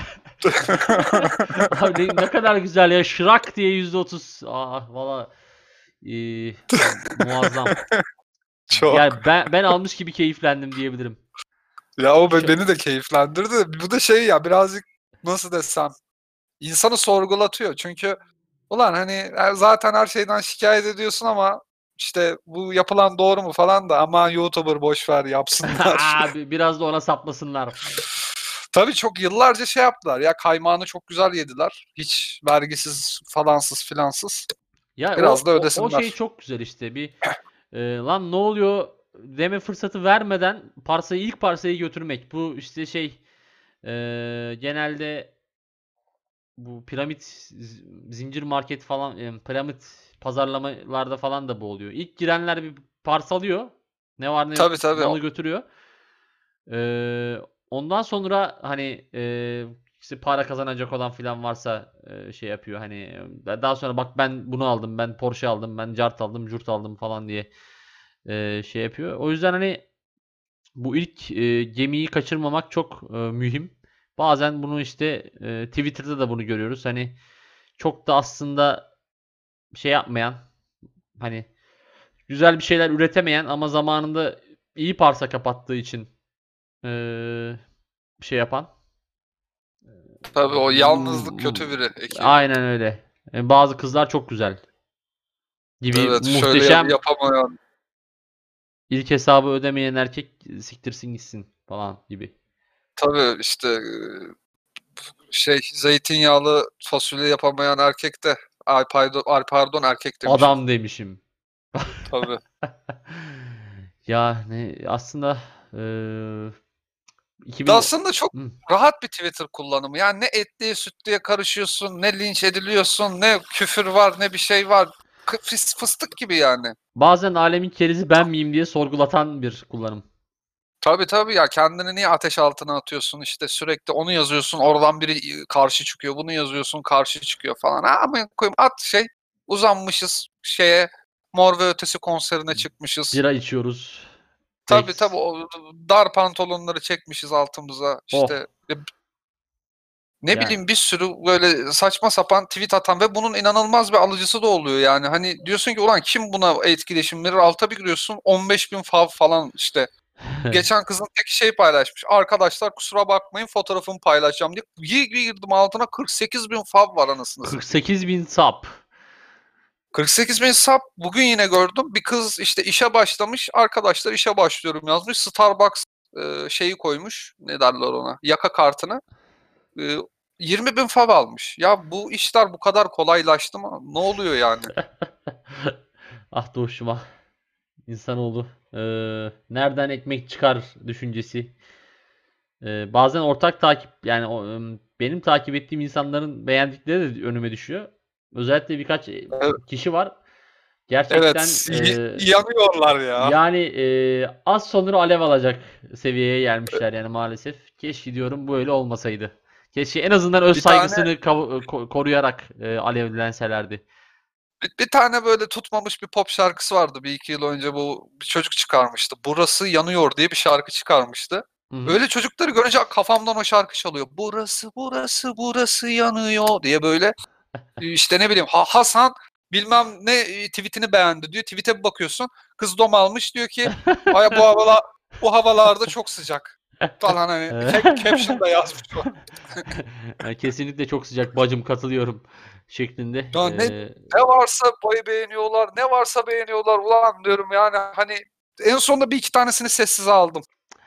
S2: Abi ne, ne kadar güzel ya. Şırak diye yüzde otuz. Ah valla ee, muazzam.
S1: Çok.
S2: Yani ben ben almış gibi keyiflendim diyebilirim.
S1: Ya o be-
S2: Şu,
S1: beni de keyiflendirdi. Bu da şey ya, birazcık nasıl desem, insanı sorgulatıyor. Çünkü ulan hani e, zaten her şeyden şikayet ediyorsun ama işte bu yapılan doğru mu falan da, ama YouTuber boş ver yapsınlar.
S2: Abi biraz da ona saplasınlar.
S1: Tabii çok yıllarca şey yaptılar ya, kaymağını çok güzel yediler. Hiç vergisiz falansız filansız.
S2: Ya
S1: Biraz
S2: o
S1: da
S2: o, o şey
S1: ödesinler.
S2: çok güzel işte bir e, lan ne oluyor deme fırsatı vermeden parsayı ilk parsayı götürmek. Bu işte şey e, genelde bu piramit z- zincir market falan e, piramit pazarlamalarda falan da bu oluyor. İlk girenler bir parsalıyor. Ne var ne
S1: Tabii
S2: yok
S1: tabii.
S2: malı götürüyor. E, Ondan sonra hani e, işte para kazanacak olan filan varsa e, şey yapıyor hani e, daha sonra bak ben bunu aldım ben Porsche aldım ben cart aldım curt aldım falan diye e, şey yapıyor. O yüzden hani bu ilk e, gemiyi kaçırmamak çok e, mühim. Bazen bunu işte e, Twitter'da da bunu görüyoruz. Hani çok da aslında şey yapmayan, hani güzel bir şeyler üretemeyen ama zamanında iyi parsa kapattığı için e, şey yapan.
S1: Tabii o yalnızlık kötü
S2: Hmm,
S1: biri Eki.
S2: aynen öyle. E, bazı kızlar çok güzel gibi
S1: Evet, şöyle yap-
S2: muhteşem,
S1: yapamayan.
S2: ilk hesabı ödemeyen erkek siktirsin gitsin falan gibi.
S1: Tabii işte e, şey zeytinyağlı fasulye yapamayan erkek de ay pardon, ay pardon erkek demişim.
S2: Adam demişim.
S1: Tabii.
S2: Ya ne aslında eee
S1: De
S2: iki bin.
S1: aslında çok
S2: Hı.
S1: rahat bir Twitter kullanımı. Yani ne etliye sütlüye karışıyorsun, ne linç ediliyorsun, ne küfür var, ne bir şey var. Kı- fıs- Fıstık gibi yani.
S2: Bazen alemin kerizi ben miyim diye sorgulatan bir kullanım.
S1: Tabii tabii ya, kendini niye ateş altına atıyorsun, işte sürekli onu yazıyorsun, oradan biri karşı çıkıyor, bunu yazıyorsun karşı çıkıyor falan. Ha, ama koyayım at şey, uzanmışız şeye, Mor ve Ötesi konserine çıkmışız.
S2: Bira içiyoruz.
S1: Tabii tabii
S2: Beş.
S1: o dar pantolonları çekmişiz altımıza
S2: Oh.
S1: işte. E, ne
S2: Yani
S1: bileyim bir sürü böyle saçma sapan tweet atan ve bunun inanılmaz bir alıcısı da oluyor yani. Hani diyorsun ki ulan kim buna etkileşim verir, alta bir giriyorsun on beş bin fav falan işte. Geçen kızın tek şey paylaşmış. Arkadaşlar kusura bakmayın fotoğrafımı paylaşacağım diye. Bir girdim altına kırk sekiz bin fav var anasını satayım.
S2: kırk sekiz bin sap.
S1: kırk sekiz bin sap bugün yine gördüm. Bir kız işte işe başlamış. Arkadaşlar işe başlıyorum yazmış. Starbucks e, şeyi koymuş. Ne derler ona? Yaka kartını. E, yirmi bin fav almış. Ya bu işler bu kadar kolaylaştı mı? Ne oluyor yani?
S2: Ah doğuşum ah. İnsanoğlu. Eee nereden ekmek çıkar düşüncesi. Eee, bazen ortak takip, yani o, ım, benim takip ettiğim insanların beğendikleri de önüme düşüyor. Özellikle birkaç e,
S1: Evet,
S2: kişi var. Gerçekten
S1: evet y-
S2: eee,
S1: yanıyorlar ya.
S2: yani eee, az sonra alev alacak seviyeye gelmişler yani maalesef. Keşke diyorum böyle olmasaydı. Keşke en azından öz
S1: Bir tane
S2: saygısını kav- ko- koruyarak eee alevlenselerdi.
S1: Bir, bir tane böyle tutmamış bir pop şarkısı vardı bir iki yıl önce, bu bir çocuk çıkarmıştı. Burası Yanıyor diye bir şarkı çıkarmıştı.
S2: Hı hı.
S1: Öyle çocukları görünce kafamdan o şarkı çalıyor. Burası burası burası yanıyor diye böyle işte ne bileyim ha- Hasan bilmem ne e, tweetini beğendi diyor. Tweet'e bir bakıyorsun kız dom almış diyor ki ay bu havalar bu havalarda çok sıcak falan, hani cap- caption da yazmış o.
S2: Yani kesinlikle çok sıcak bacım, katılıyorum şeklinde.
S1: Ya ne
S2: Eee,
S1: ne varsa boy beğeniyorlar, ne varsa beğeniyorlar. Ulan diyorum yani hani en sonunda bir iki tanesini sessize aldım.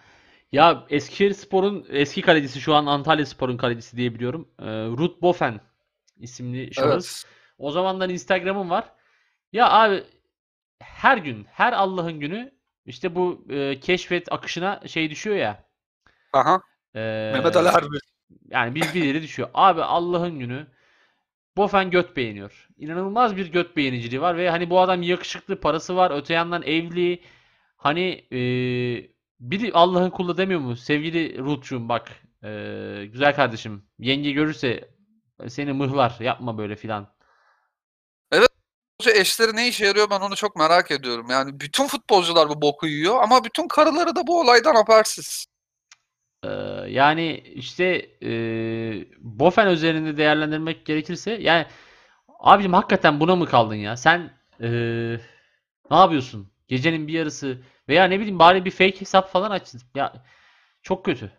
S2: ya Eskişehirspor'un eski kalecisi, şu an Antalyaspor'un kalecisi diye biliyorum. Eee Ruud Boffen isimli şahıs.
S1: Evet.
S2: O zamandan Instagram'ım var. Ya abi, her gün, her Allah'ın günü işte bu eee, keşfet akışına şey düşüyor ya.
S1: Aha. Mehmet Ali
S2: Eee,
S1: Erbil.
S2: yani bir birileri düşüyor. Abi Allah'ın günü Bofen göt beğeniyor. İnanılmaz bir göt beğeniciliği var ve hani bu adam yakışıklı, parası var, öte yandan evli. Hani eee biri Allah'ın kulu demiyor mu? Sevgili Ruth'cum bak, eee, güzel kardeşim, yenge görürse seni mıhlar, yapma böyle filan.
S1: Evet. Bu eşleri ne işe yarıyor, ben onu çok merak ediyorum. Yani bütün futbolcular bu boku yiyor ama bütün karıları da bu olaydan habersiz.
S2: Eee, yani işte eee Bofen üzerinde değerlendirmek gerekirse, yani abicim hakikaten buna mı kaldın ya? Sen eee, ne yapıyorsun? Gecenin bir yarısı veya ne bileyim bari bir fake hesap falan açsın. Ya çok kötü.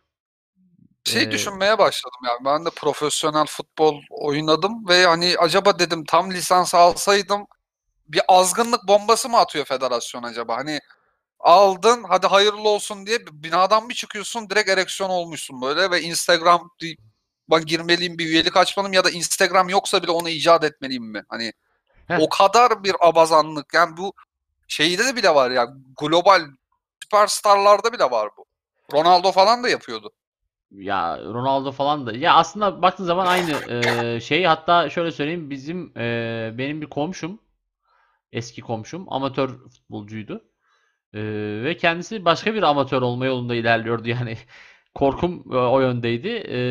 S1: Şey
S2: Eee,
S1: düşünmeye başladım yani, ben de profesyonel futbol oynadım ve hani acaba dedim tam lisans alsaydım bir azgınlık bombası mı atıyor federasyon acaba? Hani aldın hadi hayırlı olsun diye binadan bir çıkıyorsun direkt ereksiyon olmuşsun böyle ve Instagram ben girmeliyim, bir üyelik açmalıyım ya da Instagram yoksa bile onu icat etmeliyim mi? Hani
S2: heh,
S1: o kadar bir abazanlık yani, bu şeyde de bile var ya, global süperstarlarda bile var bu. Ronaldo falan da yapıyordu.
S2: ya Ronaldo falan da. Ya aslında baktığın zaman aynı eee, şey. Hatta şöyle söyleyeyim, bizim eee, benim bir komşum, eski komşum amatör futbolcuydu. Eee, ve kendisi başka bir amatör olma yolunda ilerliyordu yani. Korkum e, o yöndeydi.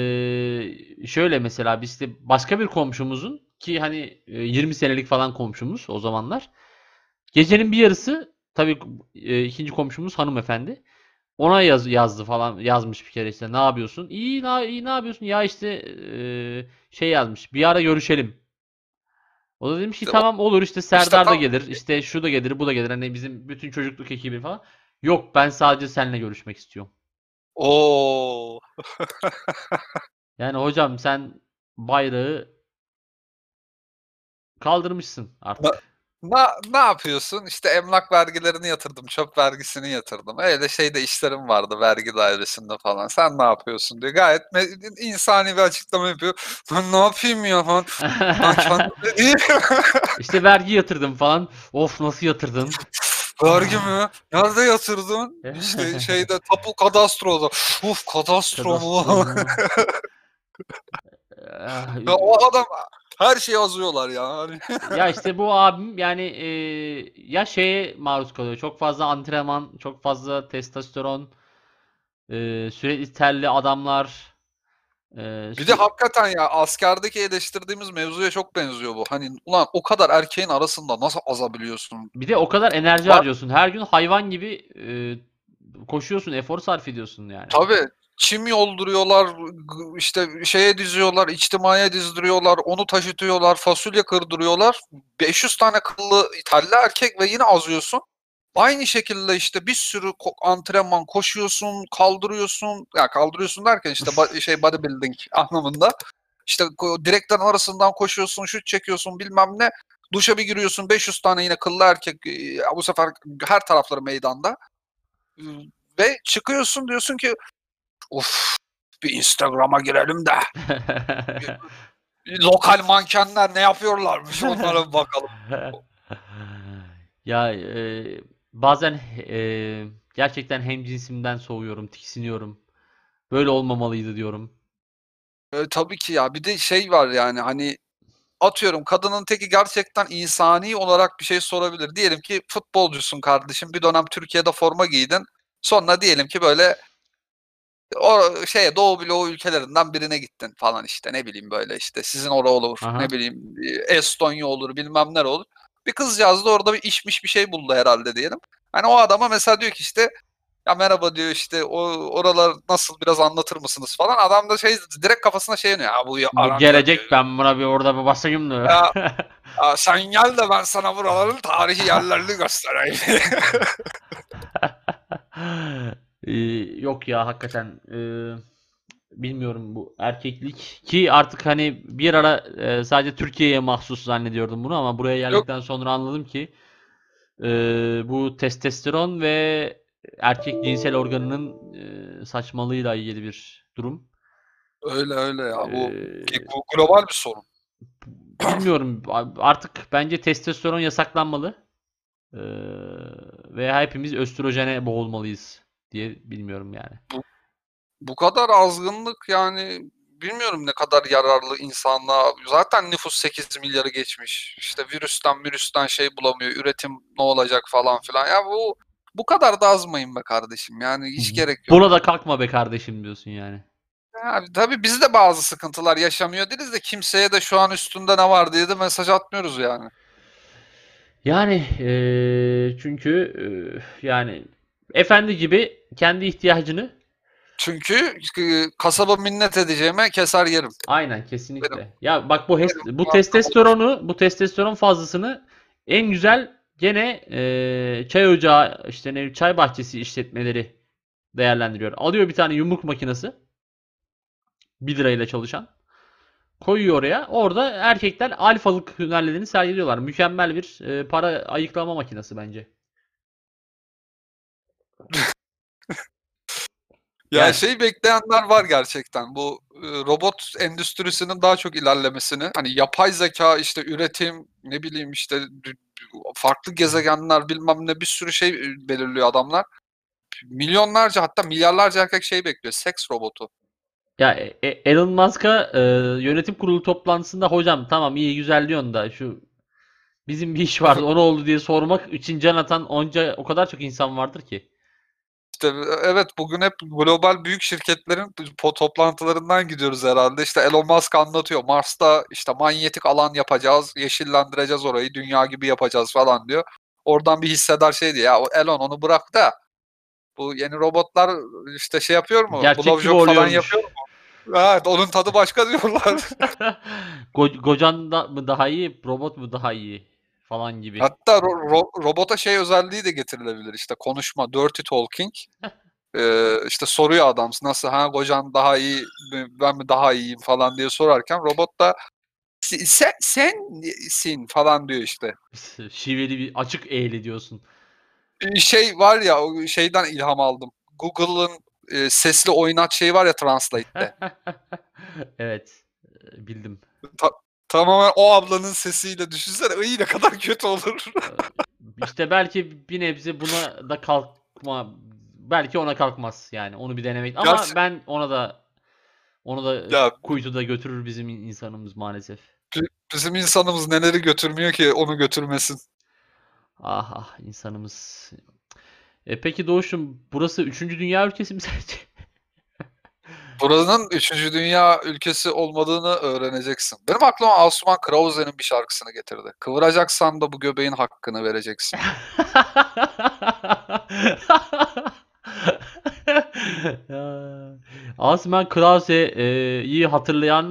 S2: Eee, şöyle mesela biz de başka bir komşumuzun, ki hani e, yirmi senelik falan komşumuz o zamanlar. Gecenin bir yarısı tabii, e, ikinci komşumuz hanımefendi. Ona yaz, yazdı falan yazmış bir kere işte ne yapıyorsun? İyi, na, iyi ne yapıyorsun? Ya işte eee, şey yazmış. Bir ara görüşelim. O da demiş ki
S1: İşte, o-
S2: tamam olur işte
S1: işte
S2: Serdar da
S1: tam
S2: gelir. İşte şu da gelir, bu da gelir. Hani bizim bütün çocukluk ekibi falan. Yok ben sadece seninle görüşmek istiyorum.
S1: o
S2: Yani hocam sen bayrağı kaldırmışsın
S1: ne,
S2: artık.
S1: ne, ne yapıyorsun? İşte emlak vergilerini yatırdım, çöp vergisini yatırdım. Öyle şeyde işlerim vardı vergi dairesinde falan. Sen ne yapıyorsun diyor. Gayet me- insani bir açıklama yapıyor. Ben ne yapayım ya falan. Ben kendime değil.
S2: İşte vergi yatırdım falan. Of nasıl yatırdın?
S1: Vergi mi? Nerede yatırdın? İşte şeyde tapu kadastroda. Uf, kadastro
S2: Kadastro
S1: mu?
S2: mu? Ah,
S1: Ya o adam her şeyi yazıyorlar ya. Hani
S2: Ya işte bu abim yani e, ya şeye maruz kalıyor. Çok fazla antrenman, çok fazla testosteron, e, sürekli terli adamlar, e,
S1: bir de
S2: sü-
S1: hakikaten ya askerdeki eleştirdiğimiz mevzuya çok benziyor bu. Hani ulan o kadar erkeğin arasında nasıl azabiliyorsun?
S2: bir de o kadar enerji
S1: Var
S2: harcıyorsun. Her gün hayvan gibi e, koşuyorsun, efor sarf ediyorsun yani.
S1: tabii çim yolduruyorlar, g- işte şeye diziyorlar, içtimaya dizdiriyorlar, onu taşıtıyorlar, fasulye kırdırıyorlar. beş yüz tane kıllı telli erkek ve yine azıyorsun. Aynı şekilde işte bir sürü ko- antrenman koşuyorsun, kaldırıyorsun. Ya kaldırıyorsun derken işte ba- şey bodybuilding anlamında. İşte ko- direklerin arasından koşuyorsun, şut çekiyorsun bilmem ne. Duşa bir giriyorsun beş yüz tane yine kıllı erkek e, bu sefer her tarafları meydanda. E, Ve çıkıyorsun diyorsun ki of bir Instagram'a girelim de lokal mankenler ne yapıyorlarmış onlara bir bakalım.
S2: Ya e, bazen e, gerçekten hemcinsimden soğuyorum, tiksiniyorum. Böyle olmamalıydı diyorum.
S1: E, tabii ki ya bir de şey var yani hani atıyorum kadının teki gerçekten insani olarak bir şey sorabilir. Diyelim ki futbolcusun kardeşim bir dönem Türkiye'de forma giydin. Sonra diyelim ki böyle o şeye Doğu bloğu ülkelerinden birine gittin falan işte ne bileyim böyle işte sizin orada olur ne
S2: Aha.
S1: bileyim Estonya olur bilmem ne olur. Bir kızcağız da orada bir işmiş bir şey buldu herhalde diyelim. Hani o adama mesela diyor ki işte ya merhaba diyor işte o oralar nasıl biraz anlatır mısınız falan. Adam da şey direkt kafasına şey yanıyor. Ya bu ya
S2: Bu
S1: aranıyor diyor.
S2: gelecek ben buna bir orada bir basayım da.
S1: Ya, ya sen gel de ben sana buraların tarihi yerlerini göstereyim.
S2: Ee, Yok ya hakikaten e, bilmiyorum bu erkeklik ki artık hani bir ara e, sadece Türkiye'ye mahsus zannediyordum bunu ama buraya
S1: Yok
S2: geldikten sonra anladım ki e, bu testosteron ve erkek cinsel organının e, saçmalığıyla ilgili bir durum.
S1: öyle öyle ya bu,
S2: E,
S1: bu global bir sorun.
S2: Bilmiyorum artık bence testosteron yasaklanmalı. Ee, Veya hepimiz östrojene boğulmalıyız diye bilmiyorum yani.
S1: Bu, bu kadar azgınlık yani bilmiyorum ne kadar yararlı insanlığa. Zaten nüfus sekiz milyarı geçmiş. İşte virüsten virüsten şey bulamıyor. Üretim ne olacak falan filan. Ya bu bu kadar da azmayın be kardeşim. Yani hiç gerek yok.
S2: Buna da kalkma be kardeşim diyorsun yani.
S1: Ya, tabii biz de bazı sıkıntılar yaşamıyor değiliz de kimseye de şu an üstünde ne var diye de mesaj atmıyoruz yani.
S2: Yani eee, çünkü eee, yani efendi gibi kendi ihtiyacını
S1: Çünkü e, kasaba minnet edeceğime keser yerim.
S2: aynen
S1: Benim,
S2: kesinlikle. Ya bak bu hes-
S1: benim
S2: bu
S1: mantığım odur.
S2: testosteronu bu testosteron fazlasını en güzel gene eee, çay ocağı işte ne çay bahçesi işletmeleri değerlendiriyor. Alıyor bir tane yumruk makinesi bir lirayla çalışan. Koyuyor oraya. Orada erkekler alfalık hünerlerini sergiliyorlar. Mükemmel bir e, para ayıklama makinesi bence.
S1: Ya
S2: Yani
S1: şey bekleyenler var gerçekten. Bu e, robot endüstrisinin daha çok ilerlemesini. Hani yapay zeka işte üretim ne bileyim işte dü- farklı gezegenler bilmem ne bir sürü şey e, belirliyor adamlar. Milyonlarca hatta milyarlarca erkek şey bekliyor. Seks robotu.
S2: ya e- e- Elon Musk'a e, yönetim kurulu toplantısında hocam tamam iyi güzel diyorsun da şu bizim bir iş vardı o ne oldu diye sormak için can atan onca o kadar çok insan vardır ki.
S1: İşte evet bugün hep global büyük şirketlerin po- toplantılarından gidiyoruz herhalde. İşte Elon Musk anlatıyor. Mars'ta işte manyetik alan yapacağız, yeşillendireceğiz orayı, dünya gibi yapacağız falan diyor. Oradan bir hissedar şey diyor. Ya o Elon onu bırak da Bu yeni robotlar işte şey yapıyor mu?
S2: Gerçek gibi
S1: Blowjob falan
S2: oluyormuş.
S1: yapıyor mu? Evet, onun tadı başka diyorlar.
S2: Go- Gocan da mı daha iyi, robot mu daha iyi falan gibi.
S1: Hatta ro- ro- robota şey özelliği de getirilebilir, işte konuşma, dirty talking. Ee, işte soruyor adam nasıl, ha kocan daha iyi mi, ben mi daha iyiyim falan diye sorarken robot da "Se- sen sensin falan diyor işte.
S2: Şiveli bir açık eğri diyorsun.
S1: Bir şey var ya, o şeyden ilham aldım. Google'ın e, sesli oynat şeyi var ya, Translate'te.
S2: Evet, e, bildim.
S1: Ta- tamamen o ablanın sesiyle düşünsene. İyi, ne kadar kötü olur.
S2: İşte belki bir nebze buna da kalkma, belki ona kalkmaz yani onu bir denemek. Ama
S1: Gerçi
S2: ben ona da onu da
S1: ya
S2: kuytuda götürür bizim insanımız maalesef.
S1: bi- bizim insanımız neleri götürmüyor ki onu götürmesin.
S2: Ah ah insanımız. E peki Doğuş'um burası üçüncü dünya ülkesi mi sence?
S1: Buranın üçüncü dünya ülkesi olmadığını öğreneceksin. Benim aklıma Asuman Krause'nin bir şarkısını getirdi. Kıvıracaksan da bu göbeğin hakkını vereceksin.
S2: Osman Krause'yi hatırlayan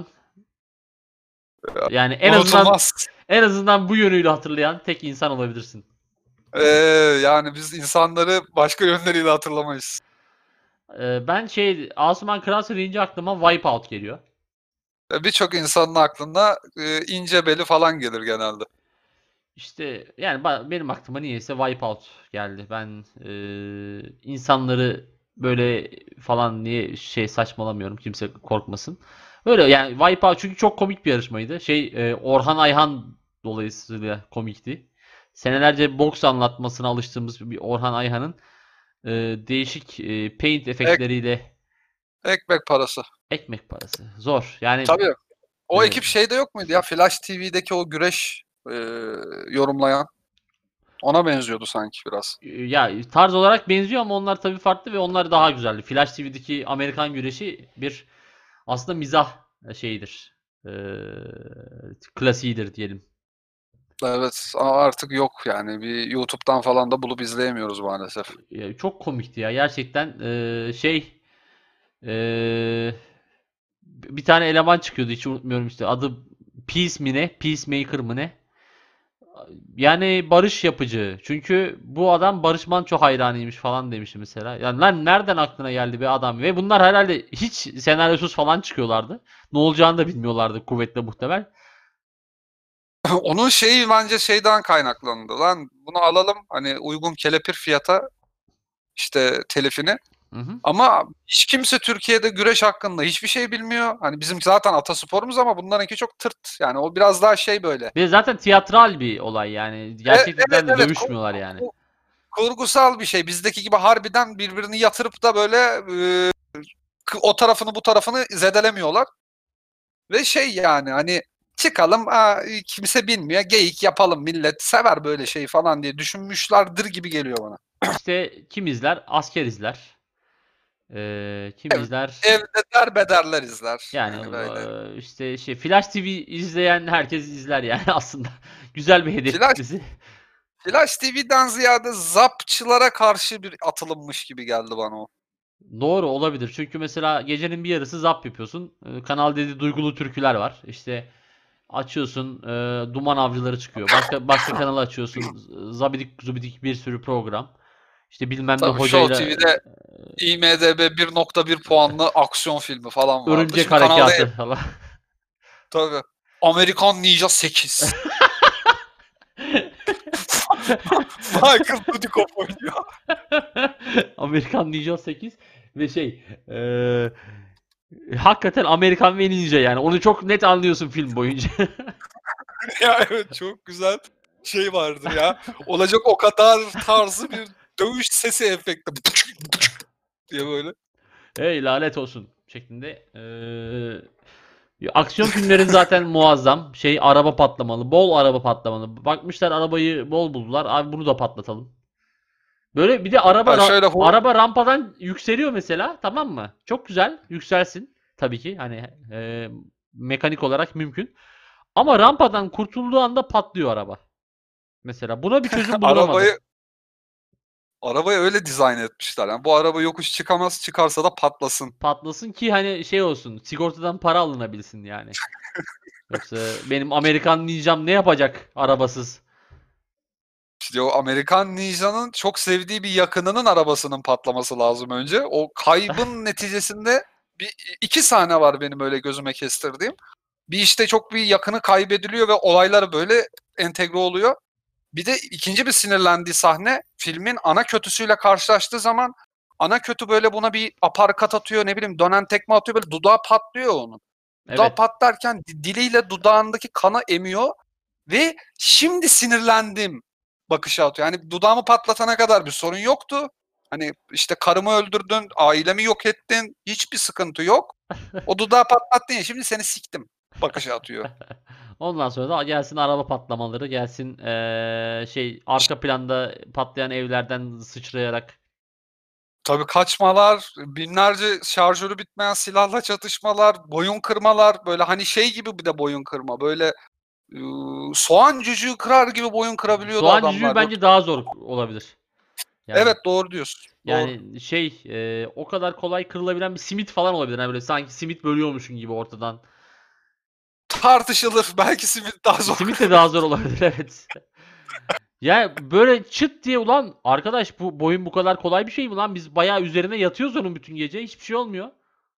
S2: yani en azından
S1: Unutulmaz.
S2: en azından bu yönüyle hatırlayan tek insan olabilirsin.
S1: Ee, yani biz insanları başka yönleriyle hatırlamayız.
S2: Ee, ben şey Osman Krause deyince aklıma Wipeout geliyor.
S1: Ee, Birçok insanın aklına e, ince beli falan gelir genelde.
S2: İşte yani ba- benim aklıma niyeyse Wipeout geldi. Ben e, insanları böyle falan niye şey saçmalamıyorum. Kimse korkmasın. Öyle yani Wipeout çünkü çok komik bir yarışmaydı. Şey e, Orhan Ayhan dolayısıyla komikti. Senelerce boks anlatmasına alıştığımız bir Orhan Ayhan'ın e, değişik e, paint
S1: Ek,
S2: efektleriyle
S1: ekmek parası.
S2: ekmek parası. Zor. Yani
S1: Tabii. O
S2: e,
S1: ekip şeyde yok muydu ya? Flash T V'deki o güreş e, yorumlayan. Ona benziyordu sanki biraz.
S2: ya tarz olarak benziyor ama onlar tabii farklı ve onlar daha güzeldi. Flash T V'deki Amerikan güreşi bir aslında mizah şeyidir. Ee, klasiğidir diyelim.
S1: Evet, ama artık yok yani. Bir YouTube'dan falan da bulup izleyemiyoruz maalesef.
S2: Ya çok komikti ya gerçekten ee, şey ee, bir tane eleman çıkıyordu hiç unutmuyorum işte adı Peace mi ne? Peacemaker mı ne? Yani barış yapıcı. Çünkü bu adam Barış Manço hayranıymış falan demişti mesela. Yani lan nereden aklına geldi be adam? Ve bunlar herhalde hiç senaryosuz falan çıkıyorlardı. Ne olacağını da bilmiyorlardı kuvvetle muhtemel.
S1: Onun şeyi bence şeyden kaynaklandı. Lan bunu alalım hani uygun kelepir fiyata, işte telifini.
S2: Hı hı.
S1: Ama hiç kimse Türkiye'de güreş hakkında hiçbir şey bilmiyor. Hani bizim zaten atasporumuz ama bunlarınki çok tırt. Yani o biraz daha şey böyle.
S2: Ve zaten tiyatral bir olay yani.
S1: E, evet
S2: Gerçekten de
S1: evet kur-
S2: dövüşmüyorlar yani.
S1: kur- kurgusal bir şey. Bizdeki gibi harbiden birbirini yatırıp da böyle e, k- o tarafını bu tarafını zedelemiyorlar. Ve şey yani hani çıkalım, aa, kimse bilmiyor, geyik yapalım, millet sever böyle şey falan diye düşünmüşlerdir gibi geliyor bana.
S2: İşte kim izler? Asker izler. Ee, kim
S1: Ev,
S2: izler?
S1: evde derbederler izler.
S2: Yani
S1: Yani böyle.
S2: e, işte şey Flash T V izleyen herkes izler yani aslında. Güzel bir hedef
S1: Flash,
S2: kitlesi.
S1: Flash T V'den ziyade zapçılara karşı bir atılımmış gibi geldi bana o.
S2: Doğru olabilir. Çünkü mesela gecenin bir yarısı zap yapıyorsun. Ee, Kanal dedi duygulu türküler var. İşte açıyorsun e, Duman Avcıları çıkıyor. Başka başka kanalı açıyorsun. z- Zabidik zubidik bir sürü program. İşte bilmem ne
S1: Tabii Show
S2: hocayla e,
S1: T V'de IMDb bir nokta bir puanlı aksiyon filmi falan vardı.
S2: Örümcek
S1: Şimdi Kanal D
S2: Harekatı falan.
S1: tabii. Amerikan Ninja sekiz. Michael Dudikoff oynuyor.
S2: Amerikan Ninja sekiz ve şey e, hakikaten Amerikan ve Ninja yani. Onu çok net anlıyorsun film boyunca.
S1: Ya evet, çok güzel şey vardır ya. Olacak o kadar tarzı bir dövüş sesi efekti. diye böyle.
S2: Hey lanet olsun şeklinde. Ee, aksiyon filmlerin zaten muazzam. Şey araba patlamalı. Bol araba patlamalı. Bakmışlar arabayı bol buldular. Abi bunu da patlatalım. Böyle bir de araba
S1: Ha
S2: ra-
S1: şöyle hu-
S2: araba rampadan yükseliyor mesela. Tamam mı? Çok güzel. Yükselsin. Tabii ki. Hani e, mekanik olarak mümkün. Ama rampadan kurtulduğu anda patlıyor araba. Mesela buna bir çözüm bulunamadı.
S1: arabayı Arabayı öyle dizayn etmişler. Yani bu araba yokuş çıkamaz, çıkarsa da patlasın.
S2: Patlasın ki hani şey olsun, sigortadan para alınabilsin yani. Yoksa benim Amerikan Ninja'm ne yapacak arabasız?
S1: İşte o Amerikan Ninja'nın çok sevdiği bir yakınının arabasının patlaması lazım önce. O kaybın neticesinde bir iki sahne var benim öyle gözüme kestirdiğim. Bir işte çok bir yakını kaybediliyor ve olaylar böyle entegre oluyor. Bir de ikinci bir sinirlendiği sahne, filmin ana kötüsüyle karşılaştığı zaman ana kötü böyle buna bir aparkat atıyor, ne bileyim dönen tekme atıyor, böyle dudağı patlıyor onun. Dudağı
S2: Evet.
S1: patlarken diliyle dudağındaki kanı emiyor ve şimdi sinirlendim bakışı atıyor. Yani dudağımı patlatana kadar bir sorun yoktu. Hani işte karımı öldürdün, ailemi yok ettin, hiçbir sıkıntı yok. O dudağı patlattın ya, şimdi seni siktim bakışı atıyor.
S2: Ondan sonra da gelsin araba patlamaları, gelsin eee, şey arka planda patlayan evlerden sıçrayarak.
S1: Tabii kaçmalar, binlerce şarjörü bitmeyen silahla çatışmalar, boyun kırmalar, böyle hani şey gibi bir de boyun kırma. Böyle ııı, soğan cücüğü kırar gibi boyun kırabiliyordu
S2: Soğan cücüğü
S1: adamlar. Yok.
S2: bence daha zor olabilir. Yani
S1: Evet, doğru diyorsun. Doğru.
S2: yani şey eee, o kadar kolay kırılabilen bir simit falan olabilir. Yani böyle sanki simit bölüyormuşsun gibi ortadan.
S1: Tartışılır. Belki simit daha zor
S2: Simit de daha zor
S1: kırılır.
S2: olabilir, evet. Ya böyle çıt diye ulan arkadaş bu boyun bu kadar kolay bir şey mi lan? Biz bayağı üzerine yatıyoruz onun bütün gece. Hiçbir şey olmuyor.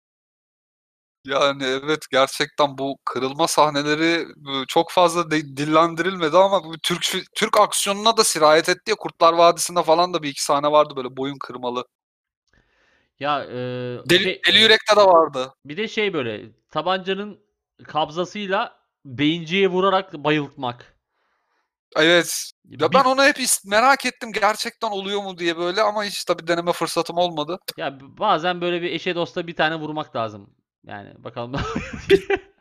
S1: Yani evet, gerçekten bu kırılma sahneleri ııı, çok fazla de dillendirilmedi ama bu Türk fi Türk aksiyonuna da sirayet etti ya. Kurtlar Vadisi'nde falan da bir iki sahne vardı böyle boyun kırmalı.
S2: Ya eee,
S1: Deli
S2: şey
S1: Deli Yürek'te de vardı.
S2: bir de şey böyle tabancanın kabzasıyla beyinciye vurarak bayıltmak.
S1: Evet. Ya ben
S2: Bir
S1: onu hep is merak ettim gerçekten oluyor mu diye böyle ama hiç tabii deneme fırsatım olmadı.
S2: ya b- bazen böyle bir eşe dosta bir tane vurmak lazım. Yani bakalım.
S1: Bir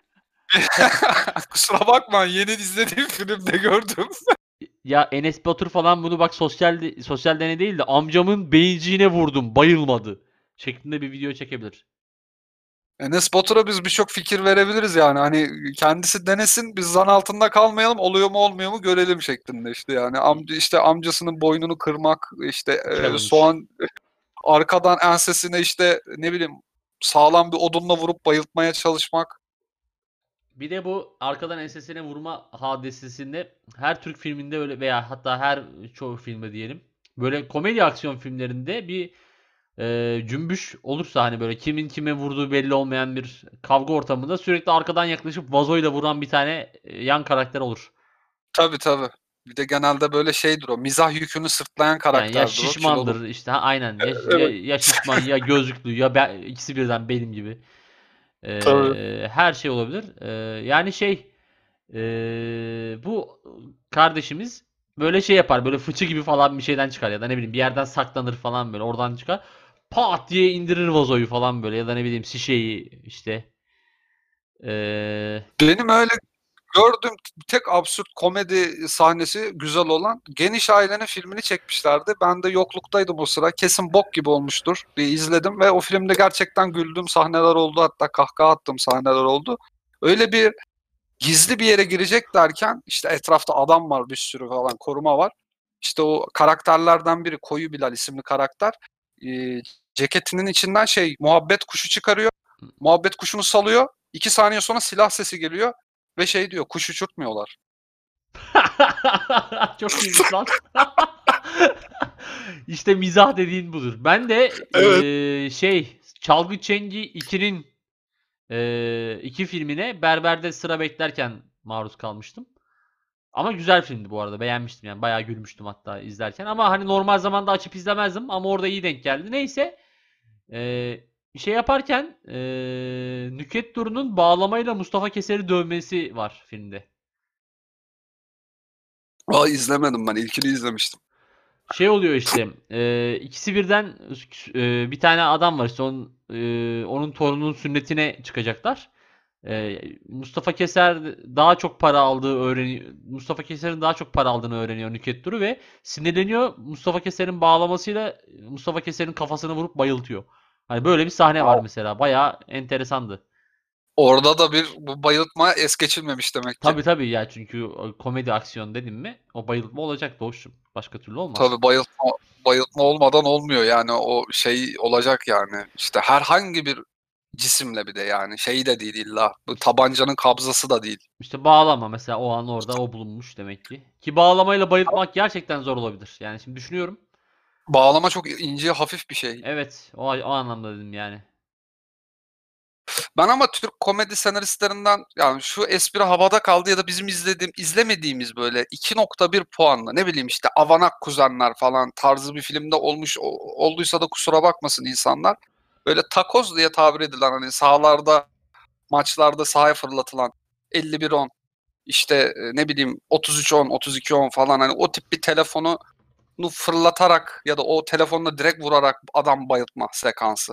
S1: kusura bakma, yeni izlediğim filmde gördüm.
S2: Ya Enes Batur falan bunu bak sosyal de- sosyal deney değil de amcamın beyinciğine vurdum, bayılmadı şeklinde bir video çekebilir.
S1: Enes Batur'a biz birçok fikir verebiliriz yani. Hani kendisi denesin, biz zan altında kalmayalım, oluyor mu olmuyor mu görelim şeklinde işte yani. Amca işte amcasının boynunu kırmak, işte eee,
S2: Challenge.
S1: soğan arkadan ensesine işte ne bileyim sağlam bir odunla vurup bayıltmaya çalışmak.
S2: Bir de bu arkadan ensesine vurma hadisesinde her Türk filminde öyle veya hatta her çoğu filmde diyelim. Böyle komedi aksiyon filmlerinde bir e, cümbüş olursa hani böyle kimin kime vurduğu belli olmayan bir kavga ortamında sürekli arkadan yaklaşıp vazoyla vuran bir tane e, yan karakter olur.
S1: Tabii, tabii. Bir de genelde böyle şeydir o, mizah yükünü sırtlayan
S2: Yani ya
S1: karakterdir o, kilolu.
S2: şişmandır işte ha, aynen ya, ya,
S1: Evet,
S2: ya şişman ya gözlüklü ya be- ikisi birden benim gibi.
S1: tabii.
S2: E, her şey olabilir. E, yani şey e, bu kardeşimiz böyle şey yapar böyle fıçı gibi falan bir şeyden çıkar ya da ne bileyim bir yerden saklanır falan böyle oradan çıkar. Pat diye indirir vazoyu falan böyle ya da ne bileyim şişeyi işte. E,
S1: Benim öyle gördüğüm tek absürt komedi sahnesi güzel olan Geniş Aile'nin filmini çekmişlerdi. Ben de yokluktaydım o sıra. Kesin bok gibi olmuştur diye izledim ve o filmde gerçekten güldüğüm sahneler oldu. Hatta kahkaha attığım sahneler oldu. Öyle bir gizli bir yere gireceklerken işte etrafta adam var, bir sürü falan koruma var. İşte o karakterlerden biri Koyu Bilal isimli karakter e, ceketinin içinden şey muhabbet kuşu çıkarıyor. Muhabbet kuşunu salıyor. İki saniye sonra silah sesi geliyor ve şey diyor, kuş uçurtmuyorlar.
S2: Çok iyiymiş lan. İşte mizah dediğin budur. Ben de
S1: Evet.
S2: eee, şey Çalgı Çengi ikinin eee iki filmine berberde sıra beklerken maruz kalmıştım. Ama güzel filmdi bu arada. Beğenmiştim yani. Bayağı gülmüştüm hatta izlerken. Ama hani normal zamanda açıp izlemezdim. Ama orada iyi denk geldi. Neyse. Eee şey yaparken eee Nükhet Duru'nun bağlamayla Mustafa Keser'i dövmesi var filmde.
S1: Aa, izlemedim, ben ilkini izlemiştim.
S2: Şey oluyor işte e, ikisi birden e, bir tane adam var işte onun, e, onun torununun sünnetine çıkacaklar. E, Mustafa Keser daha çok para aldığı öğreniyor. Mustafa Keser'in daha çok para aldığını öğreniyor Nükhet Duru ve sinirleniyor. Mustafa Keser'in bağlamasıyla Mustafa Keser'in kafasını vurup bayıltıyor. Hani böyle bir sahne var
S1: Aa,
S2: mesela. Bayağı enteresandı.
S1: Orada da bir bu bayıltma es geçilmemiş demek ki.
S2: Tabii tabii ya, çünkü o komedi aksiyon dedim mi o bayıltma olacak Doğuş'um. Başka türlü olmaz.
S1: Tabii bayıltma bayıltma olmadan olmuyor yani o şey olacak yani. İşte herhangi bir cisimle bir de yani şeyi de değil illa. Bu
S2: İşte,
S1: tabancanın kabzası da değil.
S2: işte bağlama mesela, o an orada o bulunmuş demek ki. Ki bağlamayla bayıltmak gerçekten zor olabilir. Yani şimdi düşünüyorum.
S1: Bağlama çok ince, hafif bir şey.
S2: Evet, o, o anlamda dedim yani.
S1: Ben ama Türk komedi senaristlerinden yani şu espri havada kaldı ya da bizim izlediğim izlemediğimiz böyle iki nokta bir puanla ne bileyim işte Avanak Kuzenler falan tarzı bir filmde olmuş o- olduysa da kusura bakmasın insanlar. Böyle takoz diye tabir edilen hani sahalarda maçlarda sahaya fırlatılan elli bir on işte e, ne bileyim otuz üç on otuz iki on falan hani o tip bir telefonu fırlatarak ya da o telefonla direkt vurarak adam bayıltma sekansı.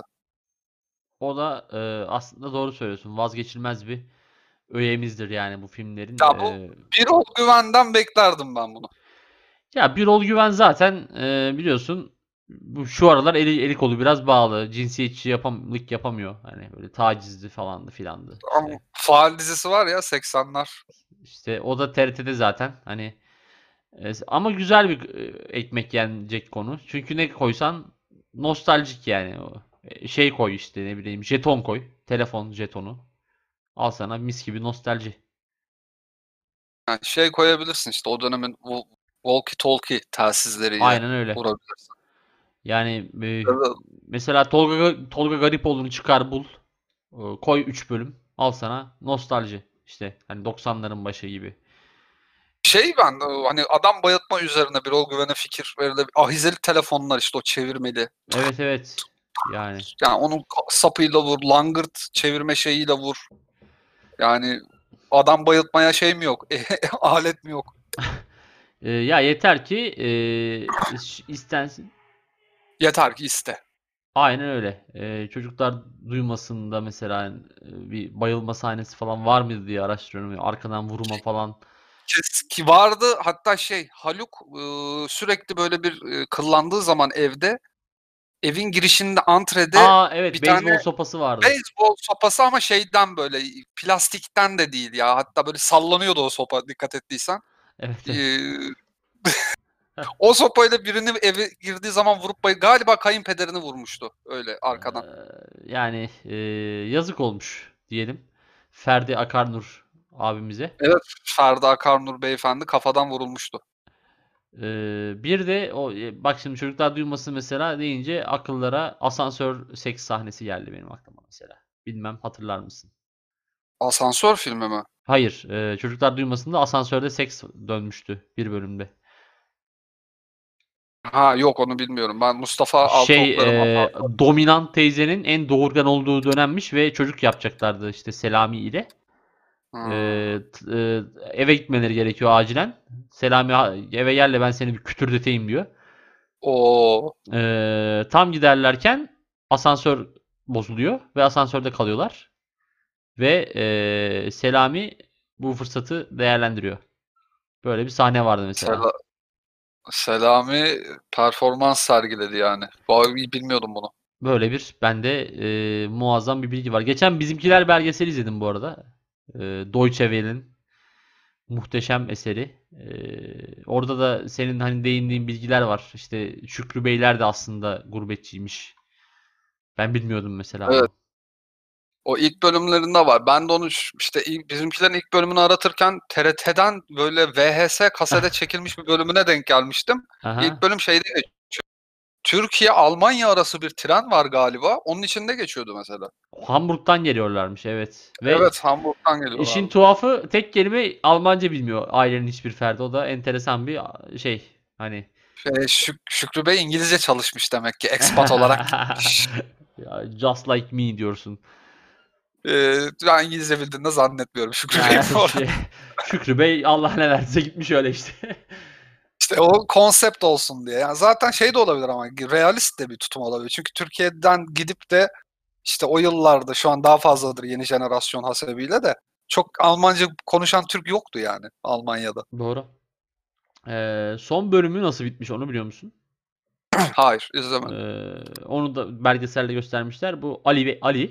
S2: O da e, aslında doğru söylüyorsun. Vazgeçilmez bir öğemizdir yani bu filmlerin.
S1: Ya bu
S2: E,
S1: bir ol güvenden beklerdim ben bunu.
S2: ya Birol Güven zaten e, biliyorsun bu şu aralar eli, eli kolu biraz bağlı. Cinsiyetçi yapamlık yapamıyor. Hani böyle tacizdi falandı filandı
S1: Ama
S2: işte.
S1: faal dizisi var ya seksenler.
S2: İşte o da T R T'de zaten. Hani e, ama güzel bir e, ekmek yenecek konu. Çünkü ne koysan nostaljik yani. O. E, şey koy işte, ne bileyim, jeton koy. Telefon jetonu. Al sana mis gibi nostalji.
S1: Yani şey koyabilirsin işte o dönemin bu walkie talkie telsizleriyle
S2: Aynen öyle.
S1: vurabilirsin.
S2: Yani e,
S1: Evet.
S2: mesela Tolga Tolga Garipoğlu'nu çıkar bul. E, koy üç bölüm. Al sana nostalji. İşte hani doksanların başı gibi.
S1: Şey ben e, hani adam bayıltma üzerine Birol Güven'e fikir verilebilir. Ahizeli telefonlar işte o çevirmeli.
S2: Evet evet. Yani
S1: Yani onun sapıyla vur, langırt çevirme şeyiyle vur. Yani adam bayıltmaya şey mi yok? Alet mi yok?
S2: e, ya yeter ki e, ş- istensin.
S1: Yeter ki iste.
S2: Aynen öyle. E, çocuklar duymasında mesela e, bir bayılma sahnesi falan var mıydı diye araştırıyorum. Arkadan vurma falan.
S1: Kes ki vardı hatta şey Haluk e, sürekli böyle bir e, kıllandığı zaman evde evin girişinde antrede
S2: Aa
S1: bir
S2: evet,
S1: tane
S2: beyzbol sopası vardı.
S1: beyzbol sopası ama şeyden böyle plastikten de değil ya. Hatta böyle sallanıyordu o sopa dikkat ettiysen.
S2: Evet evet.
S1: Ee, o sopayla birini eve girdiği zaman vurup bay- galiba kayınpederini vurmuştu öyle
S2: Ee,
S1: arkadan.
S2: yani e, yazık olmuş diyelim. Ferdi Akarnur abimize.
S1: Evet Ferda Akarnur beyefendi kafadan vurulmuştu.
S2: Ee, bir de o e, bak şimdi çocuklar duymasın mesela deyince akıllara asansör seks sahnesi geldi benim aklıma mesela. Bilmem hatırlar mısın?
S1: Asansör filmi mi?
S2: Hayır, e, çocuklar duymasında asansörde seks dönmüştü bir bölümde.
S1: Ha yok onu bilmiyorum. Ben Mustafa
S2: Şey,
S1: Altıoklar'ın
S2: e,
S1: Asansör.
S2: dominant teyzenin en doğurgan olduğu dönemmiş ve çocuk yapacaklardı işte Selami ile.
S1: Hmm.
S2: Ee, t- e, eve gitmeleri gerekiyor acilen. Selami, "Ha- eve gel de ben seni bir kütürdeteyim," diyor.
S1: O
S2: Ee, tam giderlerken asansör bozuluyor ve asansörde kalıyorlar. Ve e, Selami bu fırsatı değerlendiriyor. Böyle bir sahne vardı mesela.
S1: Sel Selami performans sergiledi yani. Vallahi bilmiyordum bunu.
S2: Böyle bir bende e, muazzam bir bilgi var. Geçen Bizimkiler belgeseli izledim bu arada. E, Deutsche Welle'nin muhteşem eseri. Ee, orada da senin hani değindiğin bilgiler var. İşte Şükrü Beyler de aslında gurbetçiymiş. Ben bilmiyordum mesela
S1: Evet.
S2: onu.
S1: O ilk bölümlerinde var. Ben de onu ş- işte ilk, bizimkilerin ilk bölümünü aratırken T R T'den böyle V H S kasete çekilmiş bir bölümüne denk gelmiştim. İlk
S2: Aha.
S1: bölüm şeyde geçiyor. Türkiye-Almanya arası bir tren var galiba. Onun içinde geçiyordu mesela.
S2: Hamburg'dan geliyorlarmış, evet. Ve
S1: Evet, Hamburg'dan
S2: işin
S1: geliyorlardı.
S2: tuhafı tek kelime Almanca bilmiyor ailenin hiçbir ferdi. O da enteresan bir şey. Hani
S1: Şey, Şük- Şükrü Bey İngilizce çalışmış demek ki expat olarak gitmiş.
S2: ya, just like me diyorsun.
S1: Ee, ben İngilizce bildiğini de zannetmiyorum Şükrü Bey'in
S2: Yani
S1: bu
S2: işte
S1: arada.
S2: Şükrü Bey Allah ne verdiyse gitmiş öyle işte.
S1: İşte o konsept olsun diye. Yani zaten şey de olabilir ama realist de bir tutum olabilir. Çünkü Türkiye'den gidip de işte o yıllarda şu an daha fazladır yeni jenerasyon hasebiyle de çok Almanca konuşan Türk yoktu yani Almanya'da.
S2: Doğru. Ee, son bölümü nasıl bitmiş onu biliyor musun?
S1: Hayır izlemedim.
S2: Ee, onu da belgeselde göstermişler. Bu Ali ve Ali.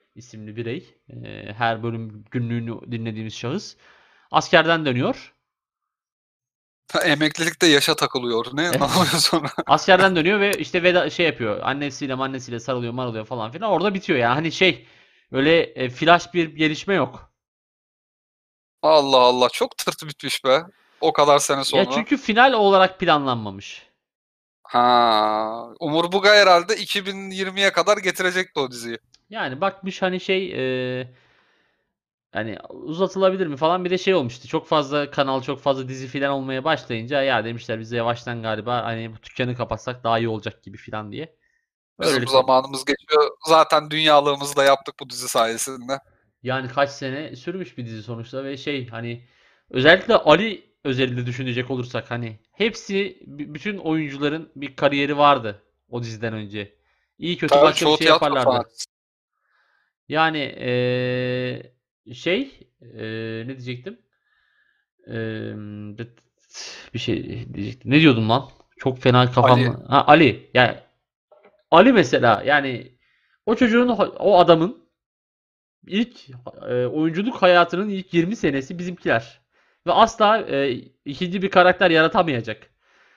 S2: isimli birey. Ee, her bölüm günlüğünü dinlediğimiz şahıs. Askerden dönüyor.
S1: Emeklilikte yaşa takılıyor. Ne? Ne oluyor sonra?
S2: Askerden dönüyor ve işte veda şey yapıyor. Annesiyle annesiyle sarılıyor, marılıyor falan filan. Orada bitiyor yani. Hani şey öyle e, flash bir gelişme yok.
S1: Allah Allah. Çok tırt bitmiş be. O kadar sene
S2: Ya
S1: sonra.
S2: çünkü final olarak planlanmamış.
S1: Ha, Umur Bugay herhalde iki bin yirmiye kadar getirecekti o diziyi.
S2: Yani bakmış hani şey e, hani uzatılabilir mi falan, bir de şey olmuştu. Çok fazla kanal, çok fazla dizi filan olmaya başlayınca ya demişler bize yavaştan galiba hani bu dükkanı kapatsak daha iyi olacak gibi filan diye.
S1: Bizim
S2: Öylelikle
S1: zamanımız geçiyor. Zaten dünyalığımızı da yaptık bu dizi sayesinde.
S2: yani kaç sene sürmüş bir dizi sonuçta ve şey hani özellikle Ali özelinde düşünecek olursak hani hepsi b- bütün oyuncuların bir kariyeri vardı o diziden önce. İyi kötü
S1: Tabii
S2: başka bir
S1: çoğu
S2: şey
S1: tiyatro
S2: yaparlardı.
S1: sanatçısı.
S2: Yani eee, şey eee, ne diyecektim? Eee, bir şey diyecektim. Ne diyordum lan? Çok fena
S1: Ali.
S2: kafamda. Ha, Ali. Yani Ali mesela yani o çocuğun o adamın İlk e, oyunculuk hayatının ilk yirmi senesi Bizimkiler. Ve asla e, ikinci bir karakter yaratamayacak.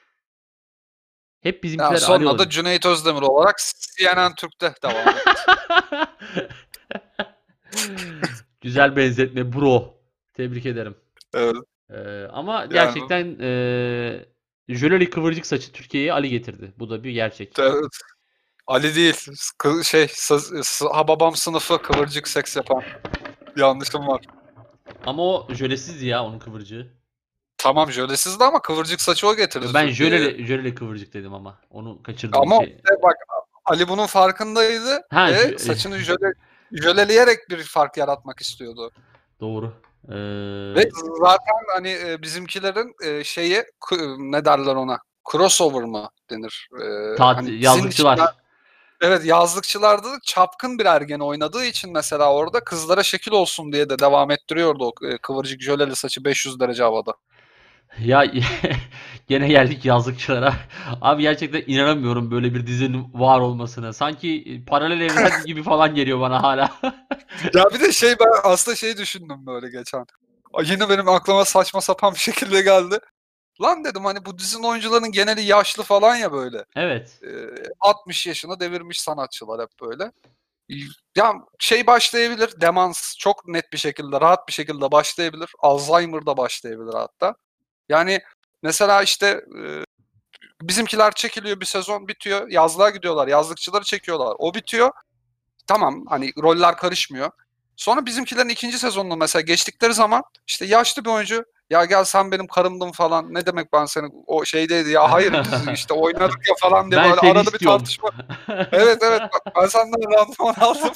S2: Hep
S1: Yani
S2: Bizimkiler Ali
S1: sonra da
S2: olacak.
S1: Cüneyt Özdemir olarak C N N Türk'te devam etti.
S2: Güzel benzetme bro. Tebrik ederim.
S1: Evet.
S2: E, ama
S1: Yani
S2: gerçekten e, jöleli kıvırcık saçı Türkiye'ye Ali getirdi. Bu da bir gerçek.
S1: evet. Ali değil. Kı- şey saz- s- Hababam sınıfı kıvırcık seks yapan. Yanlışım var.
S2: Ama o jölesizdi ya onun kıvırcığı.
S1: Tamam jölesizdi ama kıvırcık saçı o getirdi
S2: Ben
S1: Türkiye'ye.
S2: jöleli, jöleli kıvırcık dedim ama. Onu kaçırdım
S1: Ama
S2: şey.
S1: işte bak Ali bunun farkındaydı
S2: Ha
S1: ve
S2: jö-
S1: saçını jöle, jöleleyerek bir fark yaratmak istiyordu.
S2: doğru.
S1: Ve
S2: Ee,
S1: zaten hani e, bizimkilerin e, şeyi k- ne derler ona? Crossover mı denir? E,
S2: tat
S1: hani dizinin içinden
S2: yazlıkçılar.
S1: evet yazlıkçılarda da çapkın bir ergen oynadığı için mesela orada kızlara şekil olsun diye de devam ettiriyordu o e, kıvırcık jöleli saçı beş yüz derece havada.
S2: Ya gene geldik yazlıkçılara. Abi gerçekten inanamıyorum böyle bir dizinin var olmasına. Sanki paralel evren gibi falan geliyor bana hala.
S1: Ya bir de şey ben aslında şey düşündüm böyle geçen. Ay, Yine benim aklıma saçma sapan bir şekilde geldi. Lan dedim hani bu dizinin oyuncularının geneli yaşlı falan ya böyle.
S2: Evet.
S1: Ee, altmış yaşını devirmiş sanatçılar hep böyle. Ya şey başlayabilir, demans çok net bir şekilde, rahat bir şekilde başlayabilir. Alzheimer da başlayabilir hatta. Yani mesela işte e, bizimkiler çekiliyor bir sezon bitiyor. Yazlığa gidiyorlar. Yazlıkçıları çekiyorlar. O bitiyor. Tamam hani roller karışmıyor. Sonra bizimkilerin ikinci sezonunu mesela geçtikleri zaman işte yaşlı bir oyuncu ya gel sen benim karımdın falan ne demek ben seni o şeydeydi ya hayır biz işte oynadık ya falan diye
S2: Ben
S1: böyle
S2: seni
S1: arada bir
S2: istiyorum.
S1: tartışma. Evet evet bak ben senden randıman aldım.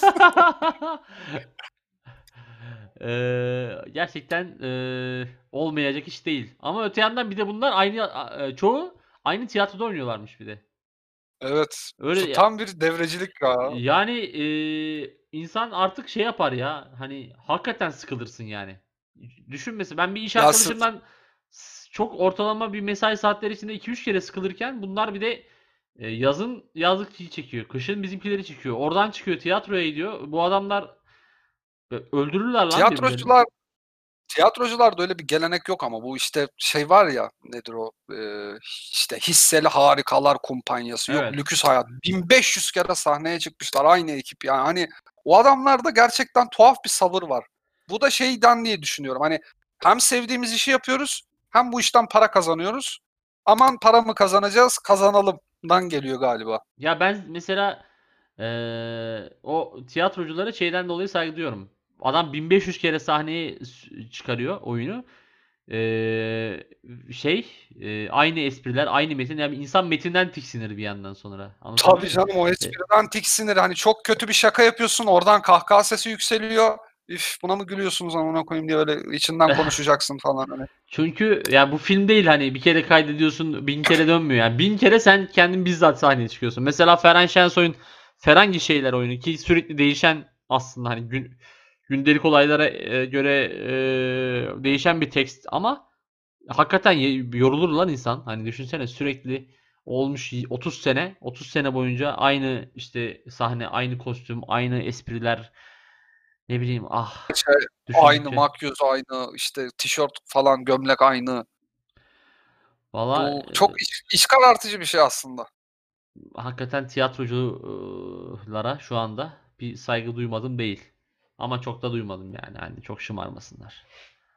S2: Eee, gerçekten eee, olmayacak iş değil. Ama öte yandan bir de bunlar aynı a- e, çoğu aynı tiyatroda oynuyorlarmış bir de.
S1: Evet
S2: Öyle ya-
S1: tam bir devrecilik ya.
S2: yani eee, insan artık şey yapar ya. Hani hakikaten sıkılırsın yani. Düşün mesela ben bir iş
S1: Ya sırf
S2: arkadaşımdan s- çok ortalama bir mesai saatleri içinde iki üç kere sıkılırken bunlar bir de e, yazın yazlıkçıyı çekiyor. Kışın bizimkileri çekiyor. Oradan çıkıyor tiyatroya gidiyor. Bu adamlar e, öldürürler lan birbirlerini.
S1: tiyatrocular tiyatrocularda öyle bir gelenek yok ama bu işte şey var ya nedir o Ee, işte hisseli harikalar kumpanyası yok
S2: Evet.
S1: lüküs hayat bin beş yüz kere sahneye çıkmışlar aynı ekip yani hani o adamlarda gerçekten tuhaf bir sabır var. Bu da şeyden diye düşünüyorum hani hem sevdiğimiz işi yapıyoruz hem bu işten para kazanıyoruz. Aman para mı kazanacağız kazanalımdan geliyor galiba.
S2: Ya ben mesela e, o tiyatroculara şeyden dolayı saygı duyuyorum. Adam bin beş yüz kere sahneye s- çıkarıyor oyunu. E, şey e, aynı espriler, aynı metin. Yani insan metinden tiksinir bir yandan sonra.
S1: Tabii
S2: Anlatabiliyor muyum?
S1: canım o
S2: E,
S1: espriden tiksinir. Hani çok kötü bir şaka yapıyorsun oradan kahkaha sesi yükseliyor. Üf buna mı gülüyorsunuz amına koyayım diye öyle içinden konuşacaksın falan hani.
S2: Çünkü ya bu film değil hani bir kere kaydediyorsun bin kere dönmüyor. Yani bin kere sen kendin bizzat sahneye çıkıyorsun. Mesela Ferhan Şensoy'un Ferengi Şeyler oyunu ki sürekli değişen aslında hani gün, gündelik olaylara e, göre e, değişen bir tekst ama hakikaten ye- yorulur lan insan. Hani düşünsene sürekli olmuş otuz sene otuz sene boyunca aynı işte sahne, aynı kostüm, aynı espriler. Ne bileyim ah
S1: Şey, aynı
S2: düşündükçe.
S1: makyöz aynı, işte tişört falan, gömlek aynı.
S2: Valla
S1: Bu çok iç, iç karartıcı bir şey aslında.
S2: hakikaten tiyatroculara şu anda bir saygı duymadım değil. Ama çok da duymadım yani. Hani çok şımarmasınlar.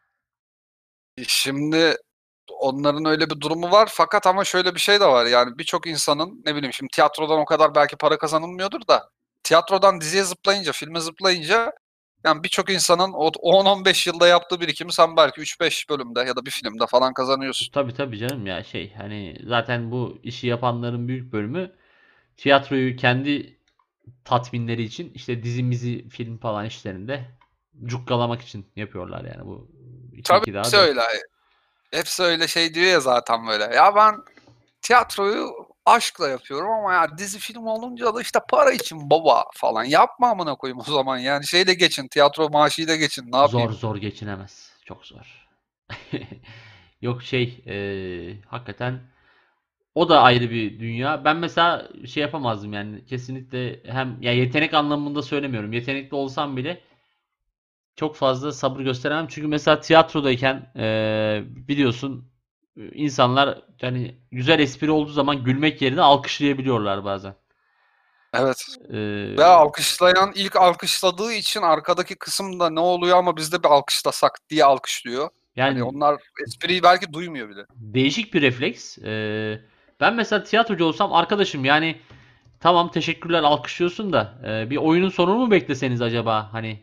S1: Şimdi onların öyle bir durumu var fakat ama şöyle bir şey de var yani birçok insanın ne bileyim şimdi tiyatrodan o kadar belki para kazanılmıyordur da tiyatrodan diziye zıplayınca, filme zıplayınca yani birçok insanın o on on beş yılda yaptığı birikimi sen belki üç beş bölümde ya da bir filmde falan kazanıyorsun.
S2: Tabii tabii canım ya şey hani zaten bu işi yapanların büyük bölümü tiyatroyu kendi tatminleri için işte dizimizi film falan işlerinde cukkalamak için yapıyorlar yani bu iki
S1: Tabii
S2: iki daha
S1: hepsi
S2: dört.
S1: öyle. Hepsi öyle şey diyor ya zaten böyle. Ya ben tiyatroyu aşkla yapıyorum ama ya dizi film olunca da işte para için baba falan. Yapma amına koyayım o zaman. Yani şeyle geçin, tiyatro maaşıyla geçin. Ne
S2: Zor
S1: yapayım?
S2: zor geçinemez. Çok zor. Yok şey eee, hakikaten o da ayrı bir dünya. Ben mesela şey yapamazdım yani kesinlikle hem ya yetenek anlamında söylemiyorum. Yetenekli olsam bile çok fazla sabır gösteremem. Çünkü mesela tiyatrodayken eee, biliyorsun insanlar hani güzel espri olduğu zaman gülmek yerine alkışlayabiliyorlar bazen.
S1: Evet. Ve
S2: Eee,
S1: alkışlayan ilk alkışladığı için arkadaki kısımda ne oluyor ama biz de bir alkışlasak diye alkışlıyor. Hani
S2: yani
S1: onlar espriyi belki duymuyor bile.
S2: değişik bir refleks. Eee, ben mesela tiyatrocu olsam arkadaşım yani tamam teşekkürler alkışlıyorsun da eee, bir oyunun sonunu mu bekleseniz acaba hani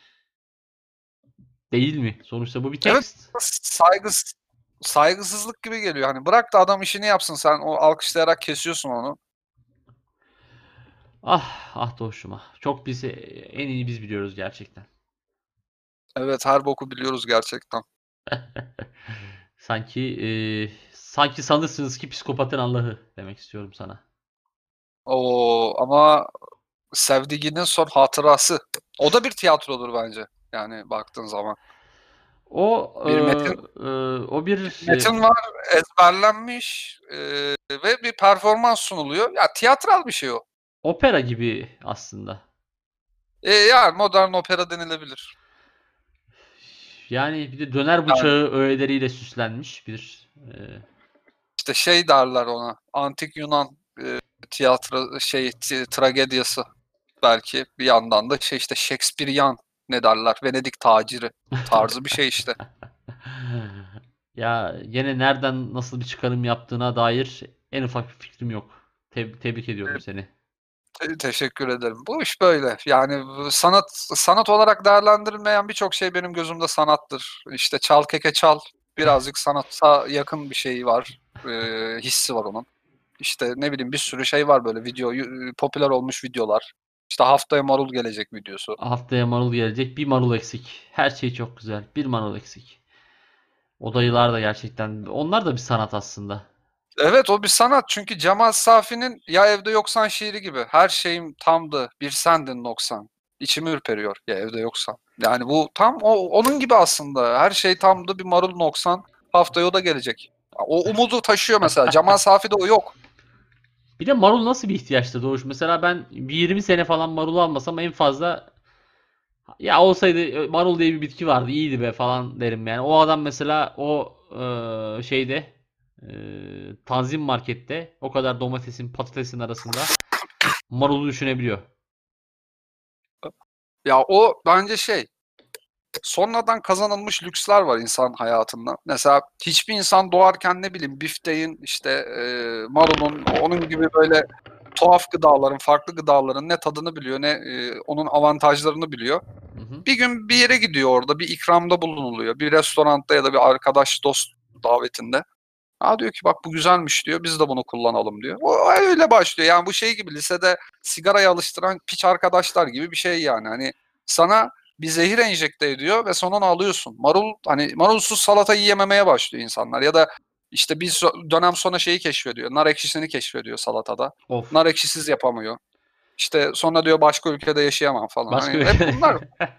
S2: değil mi? Sonuçta bu bir
S1: Evet,
S2: tekst.
S1: saygısız, saygısızlık gibi geliyor. Hani bırak da adam işini yapsın, sen o alkışlayarak kesiyorsun onu.
S2: Ah ah Doğuş'uma. Çok bizi en iyi biz biliyoruz gerçekten.
S1: Evet, her boku biliyoruz gerçekten.
S2: Sanki eee, sanki sanırsınız ki psikopatın Allah'ı demek istiyorum sana.
S1: O ama Sevdiğinin son hatırası. O da bir tiyatrodur bence. Yani baktığın zaman.
S2: O
S1: Bir metin
S2: eee, eee, o bir eee,
S1: metin var, ezberlenmiş e, ve bir performans sunuluyor. Ya tiyatral bir şey o.
S2: opera gibi aslında.
S1: E, yani modern opera denilebilir.
S2: Yani bir de döner
S1: Yani
S2: bıçağı öğeleriyle süslenmiş bir eee,
S1: işte şey derler ona. Antik Yunan e, tiyatro şey ti- tragediyası belki bir yandan da şey işte Shakespearean ne derler? Venedik taciri tarzı bir şey işte.
S2: ya gene nereden nasıl bir çıkarım yaptığına dair en ufak bir fikrim yok. Teb- tebrik ediyorum seni.
S1: Te- Teşekkür ederim. Bu iş böyle. Yani bu sanat sanat olarak değerlendirilmeyen birçok şey benim gözümde sanattır. İşte çal keke çal birazcık sanata yakın bir şey var. Ee, hissi var onun. İşte ne bileyim bir sürü şey var böyle video y- popüler olmuş videolar. İşte haftaya marul gelecek videosu.
S2: Haftaya marul gelecek. Bir marul eksik. Her şey çok güzel. Bir marul eksik. O dayılar da gerçekten onlar da bir sanat aslında.
S1: Evet o bir sanat çünkü Cemal Safi'nin Ya Evde Yoksan şiiri gibi. Her şeyim tamdı, bir sendin noksan. İçimi ürperiyor ya evde yoksan. Yani bu tam o, onun gibi aslında. Her şey tamdı, bir marul noksan. Haftaya o da gelecek. O umudu taşıyor mesela. Cemal Safi'de o yok.
S2: Bir de marul nasıl bir ihtiyaçtır Doğuş? Mesela ben bir yirmi sene falan marul almasam en fazla ya olsaydı e, marul diye bir bitki vardı iyiydi be falan derim yani. O adam mesela o e, şeyde e, Tanzim markette o kadar domatesin patatesin arasında marulu düşünebiliyor.
S1: Ya o bence şey sonradan kazanılmış lüksler var insan hayatında. Mesela hiçbir insan doğarken ne bileyim bifteğin işte e, marulun onun gibi böyle tuhaf gıdaların, farklı gıdaların ne tadını biliyor ne e, onun avantajlarını biliyor.
S2: Hı hı.
S1: Bir gün bir yere gidiyor orada bir ikramda bulunuluyor. Bir restoranda ya da bir arkadaş dost davetinde. Ha diyor ki bak bu güzelmiş diyor biz de bunu kullanalım diyor. O öyle başlıyor. Yani bu şey gibi lisede sigaraya alıştıran piç arkadaşlar gibi bir şey yani. Hani sana bir zehir enjekte ediyor ve sonra onu alıyorsun. Marul hani marulsuz salata yiyememeye başlıyor insanlar ya da işte bir so- dönem sonra şeyi keşfediyor. Nar ekşisini keşfediyor salatada.
S2: Of.
S1: Nar ekşisiz yapamıyor. İşte sonra diyor başka ülkede yaşayamam falan.
S2: Başka
S1: Hani
S2: bir
S1: hep bunlar.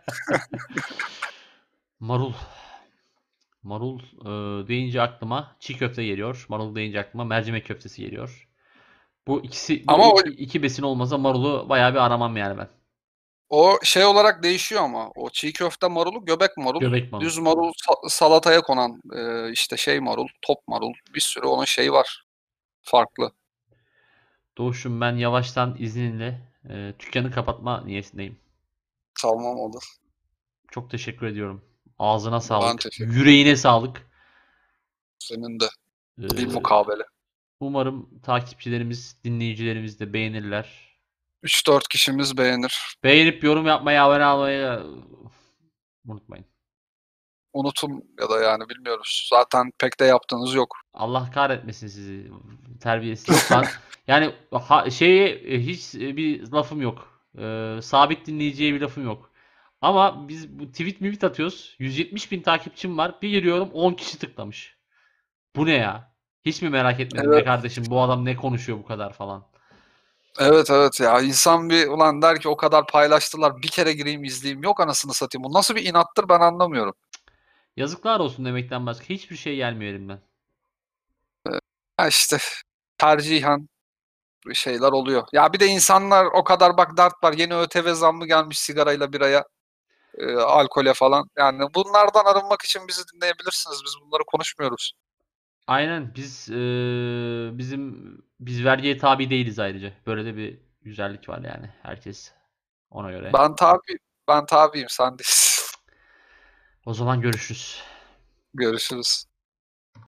S2: marul. Marul e, deyince aklıma çiğ köfte geliyor. Marul deyince aklıma mercimek köftesi geliyor. Bu ikisi bu
S1: Ama o
S2: iki, iki besin olmasa marulu bayağı bir aramam yani ben.
S1: O şey olarak değişiyor ama. O çiğ köfte marulu göbek marul.
S2: Göbek marul.
S1: Düz marul sa- salataya konan e, işte şey marul, top marul. Bir sürü onun şeyi var. Farklı.
S2: Doğuş'um ben yavaştan izninle e, dükkanı kapatma niyetindeyim.
S1: Tamam olur.
S2: Çok teşekkür ediyorum. Ağzına
S1: Ben
S2: sağlık.
S1: teşekkür ederim.
S2: Yüreğine sağlık.
S1: Senin de bir
S2: Ee,
S1: mukabele.
S2: umarım takipçilerimiz, dinleyicilerimiz de beğenirler.
S1: üç dört kişimiz beğenir.
S2: Beğenip yorum yapmayı, abone olmayı unutmayın.
S1: Unutun ya da yani bilmiyoruz. Zaten pek de yaptığınız yok.
S2: Allah kahretmesin sizi. Terbiyesiz. Yok lan. Yani ha, şeye e, hiç e, bir lafım yok. Ee, sabit dinleyiciye bir lafım yok. Ama biz bu tweet mivit atıyoruz. yüz yetmiş bin takipçim var. Bir giriyorum on kişi tıklamış. Bu ne ya? Hiç mi merak etmedim be
S1: Evet.
S2: kardeşim bu adam ne konuşuyor bu kadar falan.
S1: Evet evet ya insan bir ulan der ki o kadar paylaştılar bir kere gireyim izleyeyim. Yok anasını satayım. Bu nasıl bir inattır ben anlamıyorum.
S2: Yazıklar olsun demekten başka hiçbir şey gelmiyor elimden.
S1: Ha işte tercihen şeyler oluyor. Ya bir de insanlar o kadar bak dert var. Yeni ÖTV zammı gelmiş sigarayla biraya, e, alkole falan. Yani bunlardan arınmak için bizi dinleyebilirsiniz. Biz bunları konuşmuyoruz.
S2: Aynen biz eee, bizim biz vergiye tabi değiliz ayrıca. Böyle de bir güzellik var yani. Herkes ona göre.
S1: Ben tabi ben tabiyim sen değilsin.
S2: O zaman görüşürüz.
S1: Görüşürüz.